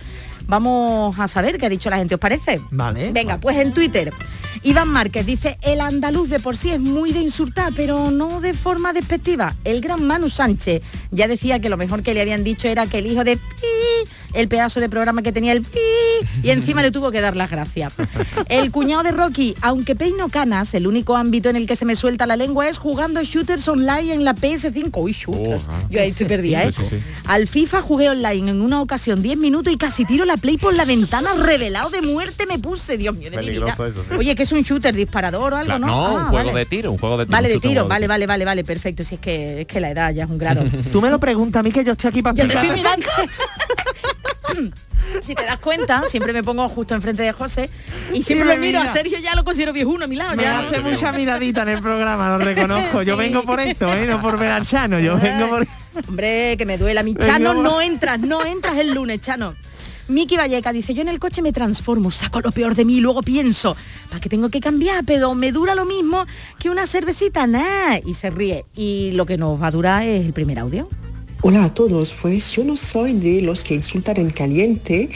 Vamos a saber qué ha dicho la gente, ¿os parece? Vale. Venga, pues en Twitter, Iván Márquez dice, el andaluz de por sí es muy de insultar, pero no de forma despectiva. El gran Manu Sánchez ya decía que lo mejor que le habían dicho era que el hijo de pi, el pedazo de programa que tenía el pi, y encima le tuvo que dar las gracias. El cuñado de Rocky, aunque peino canas, el único ámbito en el que se me suelta la lengua es jugando shooters online en la PS5. Uy, shooters. Yo ahí estoy perdida, ¿eh? Sí. Al FIFA jugué online en una ocasión 10 minutos y casi tiro la Play por la ventana, revelado de muerte me puse, Dios mío, de mi vida. Eso, sí. Oye, que es un shooter, disparador o algo, claro, ¿no? Un juego de tiro. Vale, de tiro, vale, perfecto. Si es que la edad ya es un grado. Tú me lo preguntas a mí, que yo estoy aquí para explicar. Yo te estoy mirando. Si te das cuenta, siempre me pongo justo enfrente de José y siempre lo miro a Sergio, ya lo considero viejuno a mi lado. Me hace mucha miradita en el programa, lo reconozco. Yo vengo por eso, no por ver al Chano, yo vengo por... Hombre, que me duela mi Chano, no entras el lunes, Chano. Miki Valleca dice, yo en el coche me transformo, saco lo peor de mí y luego pienso, ¿para qué tengo que cambiar? Pero me dura lo mismo que una cervecita, nada. Y se ríe. Y lo que nos va a durar es el primer audio. Hola a todos, pues yo no soy de los que insultan en caliente,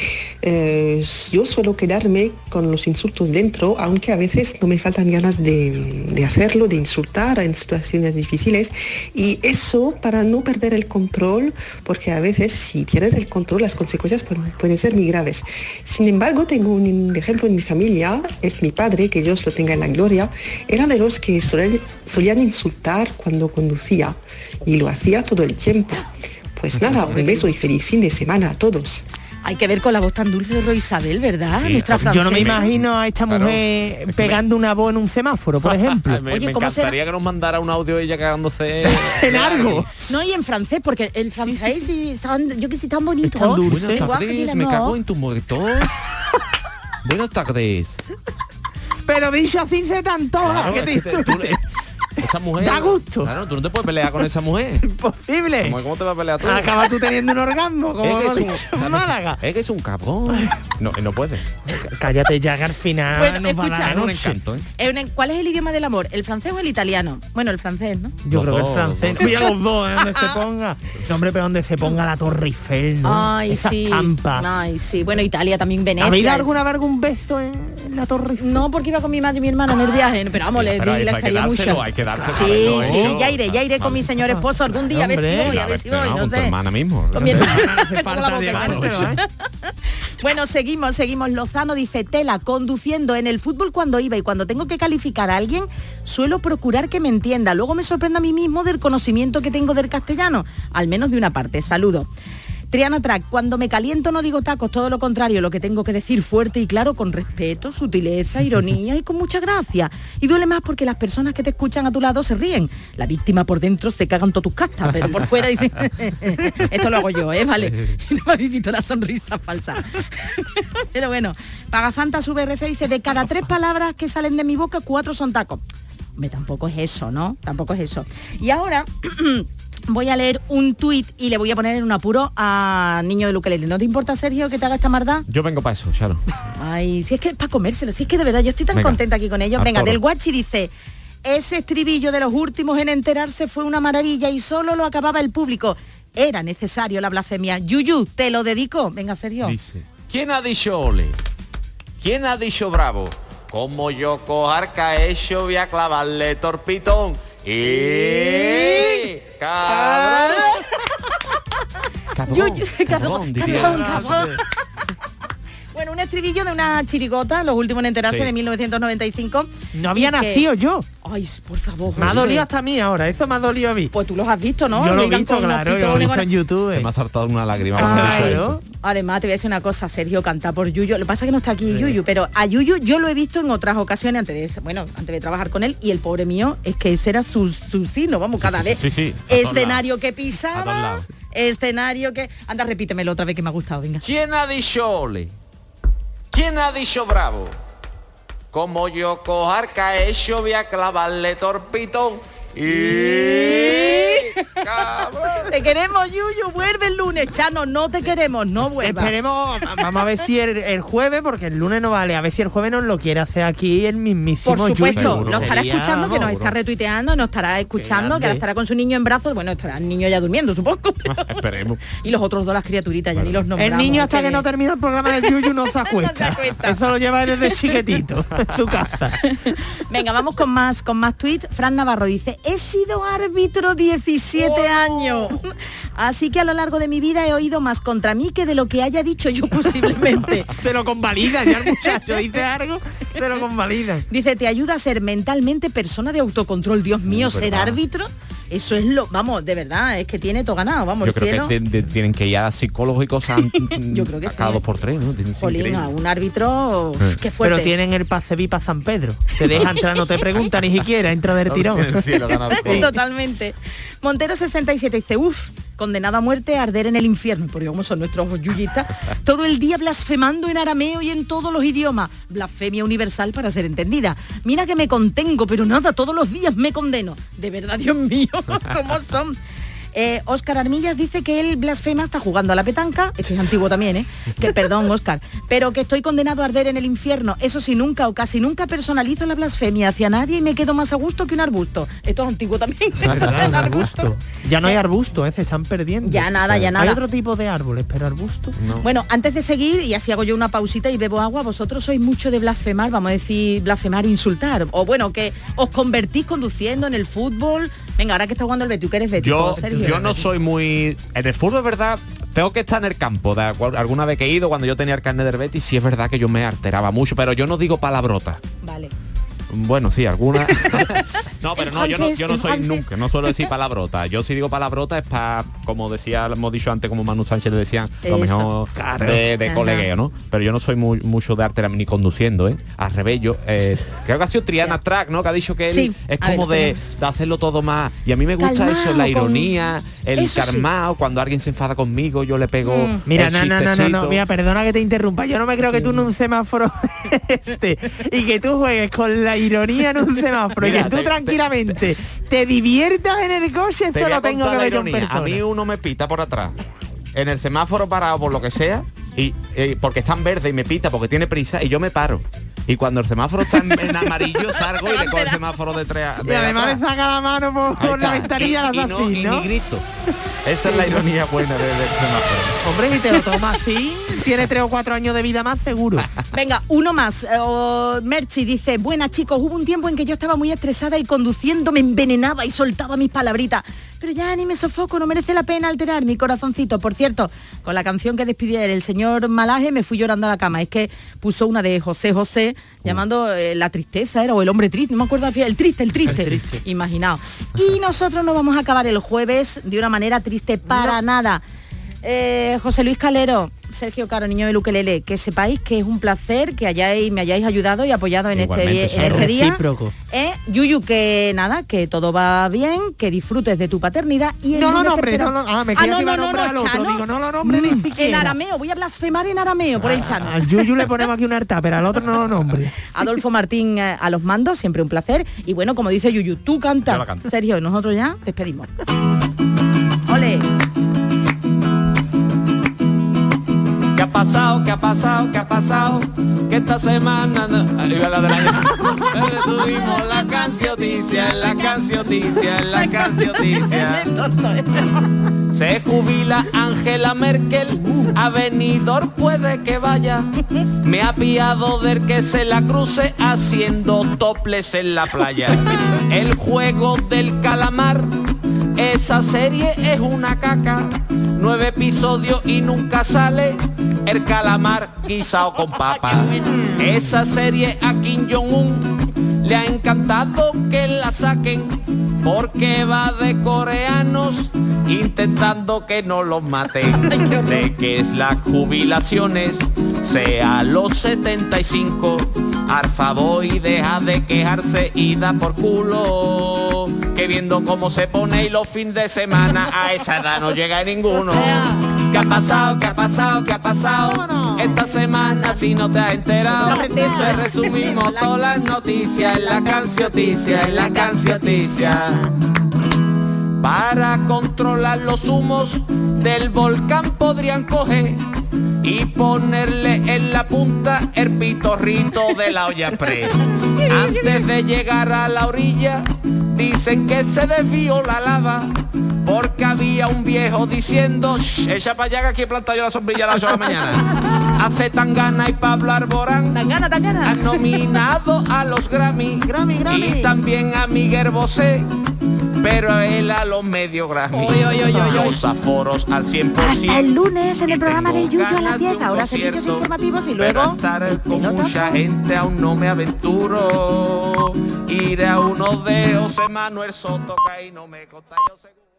yo suelo quedarme con los insultos dentro, aunque a veces no me faltan ganas de hacerlo, de insultar en situaciones difíciles, y eso para no perder el control, porque a veces si pierdes el control las consecuencias pueden ser muy graves. Sin embargo, tengo un ejemplo en mi familia, es mi padre, que Dios lo tenga en la gloria, era de los que solían insultar cuando conducía, y lo hacía todo el tiempo. Pues nada, un beso y feliz fin de semana a todos. Hay que ver con la voz tan dulce de Roy Isabel, ¿verdad? Sí, nuestra francesa. Yo no me imagino a esta mujer pegando una voz en un semáforo, por ejemplo. me encantaría que nos mandara un audio ella cagándose en algo. No, y en francés, porque el francés sí estaban, yo que sí tan bonito. Tan dulce. Buenas tardes, me cago en tu muerto. Buenas tardes. Pero dicho así se te antoja. Claro, esa mujer da gusto. Claro, tú no te puedes pelear con esa mujer. Imposible. ¿Cómo te vas a pelear tú? Acabas tú teniendo un orgasmo, como hemos dicho en Málaga. Es que es un cabrón. No puedes. Cállate ya, que al final bueno, nos va a dar un encanto, ¿eh? ¿Cuál es el idioma del amor? ¿El francés o el italiano? Bueno, el francés, ¿no? Yo creo que el francés. Mira los dos, donde se ponga. No, hombre, pero donde se ponga la Torre Eiffel, ¿no? Ay, esa sí. Estampa. Ay, sí. Bueno, Italia también, Venecia. ¿Habéis dado alguna vez algún beso en la Torre Eiffel? No, porque iba con mi madre y mi hermano en el viaje. Pero vamos, le estaría mucho. Hay que dárselo. Sí, ya iré con mi señor esposo algún día, a ver si voy, no sé. Con tu hermana mismo. Con mi hermana, me pongo la boca. Bueno, seguimos. Lozano dice, tela, conduciendo en el fútbol cuando iba y cuando tengo que calificar a alguien, suelo procurar que me entienda. Luego me sorprendo a mí mismo del conocimiento que tengo del castellano, al menos de una parte. Saludo. Triana Track, cuando me caliento no digo tacos, todo lo contrario, lo que tengo que decir fuerte y claro, con respeto, sutileza, ironía y con mucha gracia. Y duele más porque las personas que te escuchan a tu lado se ríen. La víctima por dentro se cagan todas tus castas, pero por fuera dicen, esto lo hago yo, ¿vale? Y no me habéis visto la sonrisa falsa. Pero bueno, Pagafanta su BRC dice, de cada 3 palabras que salen de mi boca, 4 son tacos. Hombre, tampoco es eso, ¿no? Tampoco es eso. Y ahora... voy a leer un tuit y le voy a poner en un apuro a Niño de Ukelele. ¿No te importa, Sergio, que te haga esta maldad? Yo vengo para eso, Charo. Ay, si es que es para comérselo, si es que de verdad yo estoy tan contenta aquí con ellos. Venga, del Guachi dice, ese estribillo de los últimos en enterarse fue una maravilla y solo lo acababa el público. Era necesario la blasfemia. Yuyu, te lo dedico. Venga, Sergio. Dice, ¿quién ha dicho ole? ¿Quién ha dicho bravo? Como yo cojar caello voy a clavarle torpitón. Y cabrón. Bueno, un estribillo de una chirigota, los últimos en enterarse, de 1995. No había nacido yo. Ay, por favor. Me ha dolido hasta a mí ahora, eso me ha dolido a mí. Pues tú los has visto, ¿no? Yo lo he visto, claro, yo lo he visto en YouTube. Me ha saltado una lágrima. Además, te voy a decir una cosa, Sergio, canta por Yuyu. Lo que pasa es que no está aquí Yuyu, pero a Yuyu yo lo he visto en otras ocasiones antes de trabajar con él, y el pobre mío es que ese era su signo, vamos, cada vez. Sí. Escenario que pisaba, escenario que... Anda, repítemelo otra vez que me ha gustado, venga. ¿Quién ha dicho ole? ¿Quién ha dicho bravo? Como yo cojar caello voy a clavarle torpitón. Y Te queremos, Yuyu, vuelve el lunes. Chano, no te queremos, no vuelvas. Esperemos, vamos a ver si el jueves, porque el lunes no vale, a ver si el jueves nos lo quiere hacer aquí el mismísimo Por supuesto, Yuyu. nos estará escuchando, que nos está retuiteando, nos estará escuchando, que ahora estará con su niño en brazos, bueno, estará el niño ya durmiendo, supongo. Esperemos. Y los otros dos, las criaturitas, ya ni los nombramos. El niño hasta que no termina el programa de Yuyu no se acuesta. Eso lo lleva desde chiquitito en tu casa. Venga, vamos con más tweets. Fran Navarro dice: he sido árbitro 17 años. Así que a lo largo de mi vida he oído más contra mí que de lo que haya dicho yo posiblemente. Te lo convalida, ya el muchacho dice algo, te lo convalida. Dice: te ayuda a ser mentalmente persona de autocontrol. Dios mío, ser árbitro. Eso es lo, vamos, de verdad, es que tiene todo ganado, vamos, yo creo cielo. que tienen que ir a psicólogos y cosas yo creo que cada 2 por 3, ¿no? Jolín, a un árbitro, qué fuerte. Pero tienen el pase VIP a San Pedro. Te deja entrar, no te pregunta ni siquiera, entra del tirón. Totalmente. Montero 67 dice: condenado a muerte, a arder en el infierno, porque como son nuestros yuyistas, todo el día blasfemando en arameo y en todos los idiomas. Blasfemia universal para ser entendida. Mira que me contengo, pero nada, todos los días me condeno. De verdad, Dios mío, ¿cómo son? Óscar Armillas dice que él blasfema, está jugando a la petanca, este es antiguo también, que perdón, Óscar, pero que estoy condenado a arder en el infierno. Eso sí, nunca o casi nunca personalizo la blasfemia hacia nadie y me quedo más a gusto que un arbusto. Esto es antiguo también. ¿Verdad? Un arbusto. Ya no hay arbusto, se están perdiendo. Ya nada. Hay otro tipo de árboles, pero arbusto no. Bueno, antes de seguir, y así hago yo una pausita y bebo agua, vosotros sois mucho de blasfemar, vamos a decir blasfemar, insultar, o bueno, que os convertís conduciendo en el fútbol. Venga, ahora que está jugando el Betis, ¿tú que eres Betis? Yo no soy muy... En el fútbol es verdad, tengo que estar en el campo. Alguna vez que he ido, cuando yo tenía el carnet del Betis, sí es verdad que yo me alteraba mucho, pero yo no digo palabrotas. Vale. Bueno, sí, alguna. No, pero no, yo no soy nunca, no suelo decir palabrota. Yo si digo palabrota es para, como hemos dicho antes, como Manu Sánchez le decían, lo mejor de colegueo, ¿no? Pero yo no soy mucho de arte ni conduciendo, ¿eh? Al revés, yo creo que ha sido Triana Track, ¿no? Que ha dicho que él es como de hacerlo todo más. Y a mí me gusta calmado, eso, la ironía, el calmado, cuando alguien se enfada conmigo, yo le pego. Mira, no, mira, perdona que te interrumpa. Yo no me creo que tú en un semáforo y que tú juegues con la ironía en un semáforo. Mira, y que tú tranquilamente te diviertas en el coche, eso lo tengo que ver en persona. A mí uno me pita por atrás en el semáforo parado por lo que sea y porque está en verde y me pita porque tiene prisa y yo me paro. Y cuando el semáforo está en amarillo salgo y le cojo el semáforo de tres. Y además le saca la mano por la ventanilla de la y ni grito. Esa es la ironía buena del semáforo. Hombre, si te lo tomas así, tiene 3 o 4 años de vida más seguro. Venga, uno más. Merchi dice: buenas chicos, hubo un tiempo en que yo estaba muy estresada y conduciendo me envenenaba y soltaba mis palabritas. Pero ya ni me sofoco, no merece la pena alterar mi corazoncito. Por cierto, con la canción que despidió el señor Malaje me fui llorando a la cama. Es que puso una de José José llamando la tristeza, era, o el hombre triste, no me acuerdo, el triste. Imaginaos. Y nosotros no vamos a acabar el jueves de una manera triste para nada. José Luis Calero, Sergio Caro, niño del ukelele, que sepáis que es un placer que me hayáis ayudado y apoyado en este día. Yuyu, que nada, que todo va bien, que disfrutes de tu paternidad y me creía que iba a nombrar al otro, digo, no lo nombre ni siquiera. En arameo, voy a blasfemar en arameo por el Chano. Al Yuyu le ponemos aquí un altar, pero al otro no lo nombre. Adolfo Martín a los mandos, siempre un placer. Y bueno, como dice Yuyu, tú canta. Sergio, nosotros ya despedimos. ¡Ole! ¿Qué ha pasado? Que esta semana subimos la cancioticia. Se jubila Angela Merkel, a Benidorm puede que vaya. Me ha pillado del que se la cruce haciendo toples en la playa. El juego del calamar, esa serie es una caca. 9 episodios y nunca sale el calamar guisado con papa. Esa serie a Kim Jong-un le ha encantado que la saquen, porque va de coreanos intentando que no los maten. De que es las jubilaciones sea a los 75, al favor y deja de quejarse y da por culo, que viendo cómo se pone y los fines de semana a esa edad no llega ninguno. ¿Qué ha pasado? Esta semana si no te has enterado, te resumimos todas las noticias en la cancioticia. Para controlar los humos del volcán podrían coger y ponerle en la punta el pitorrito de la olla pre. Antes de llegar a la orilla, dicen que se desvió la lava, porque había un viejo diciendo, echa para allá que aquí he plantado yo la sombrilla a las 8 de la mañana. Hace Tangana y Pablo Alborán han nominado a los Grammy, y también a Miguel Bosé, pero a él a los medio Grammy. Los aforos al 100%. Hasta el lunes en el programa de Yuyu a las 10. Ahora servicios informativos y luego... Pero estar con mucha gente aún no me aventuro. Iré a uno de José Manuel Soto, que ahí no me conta yo seguro.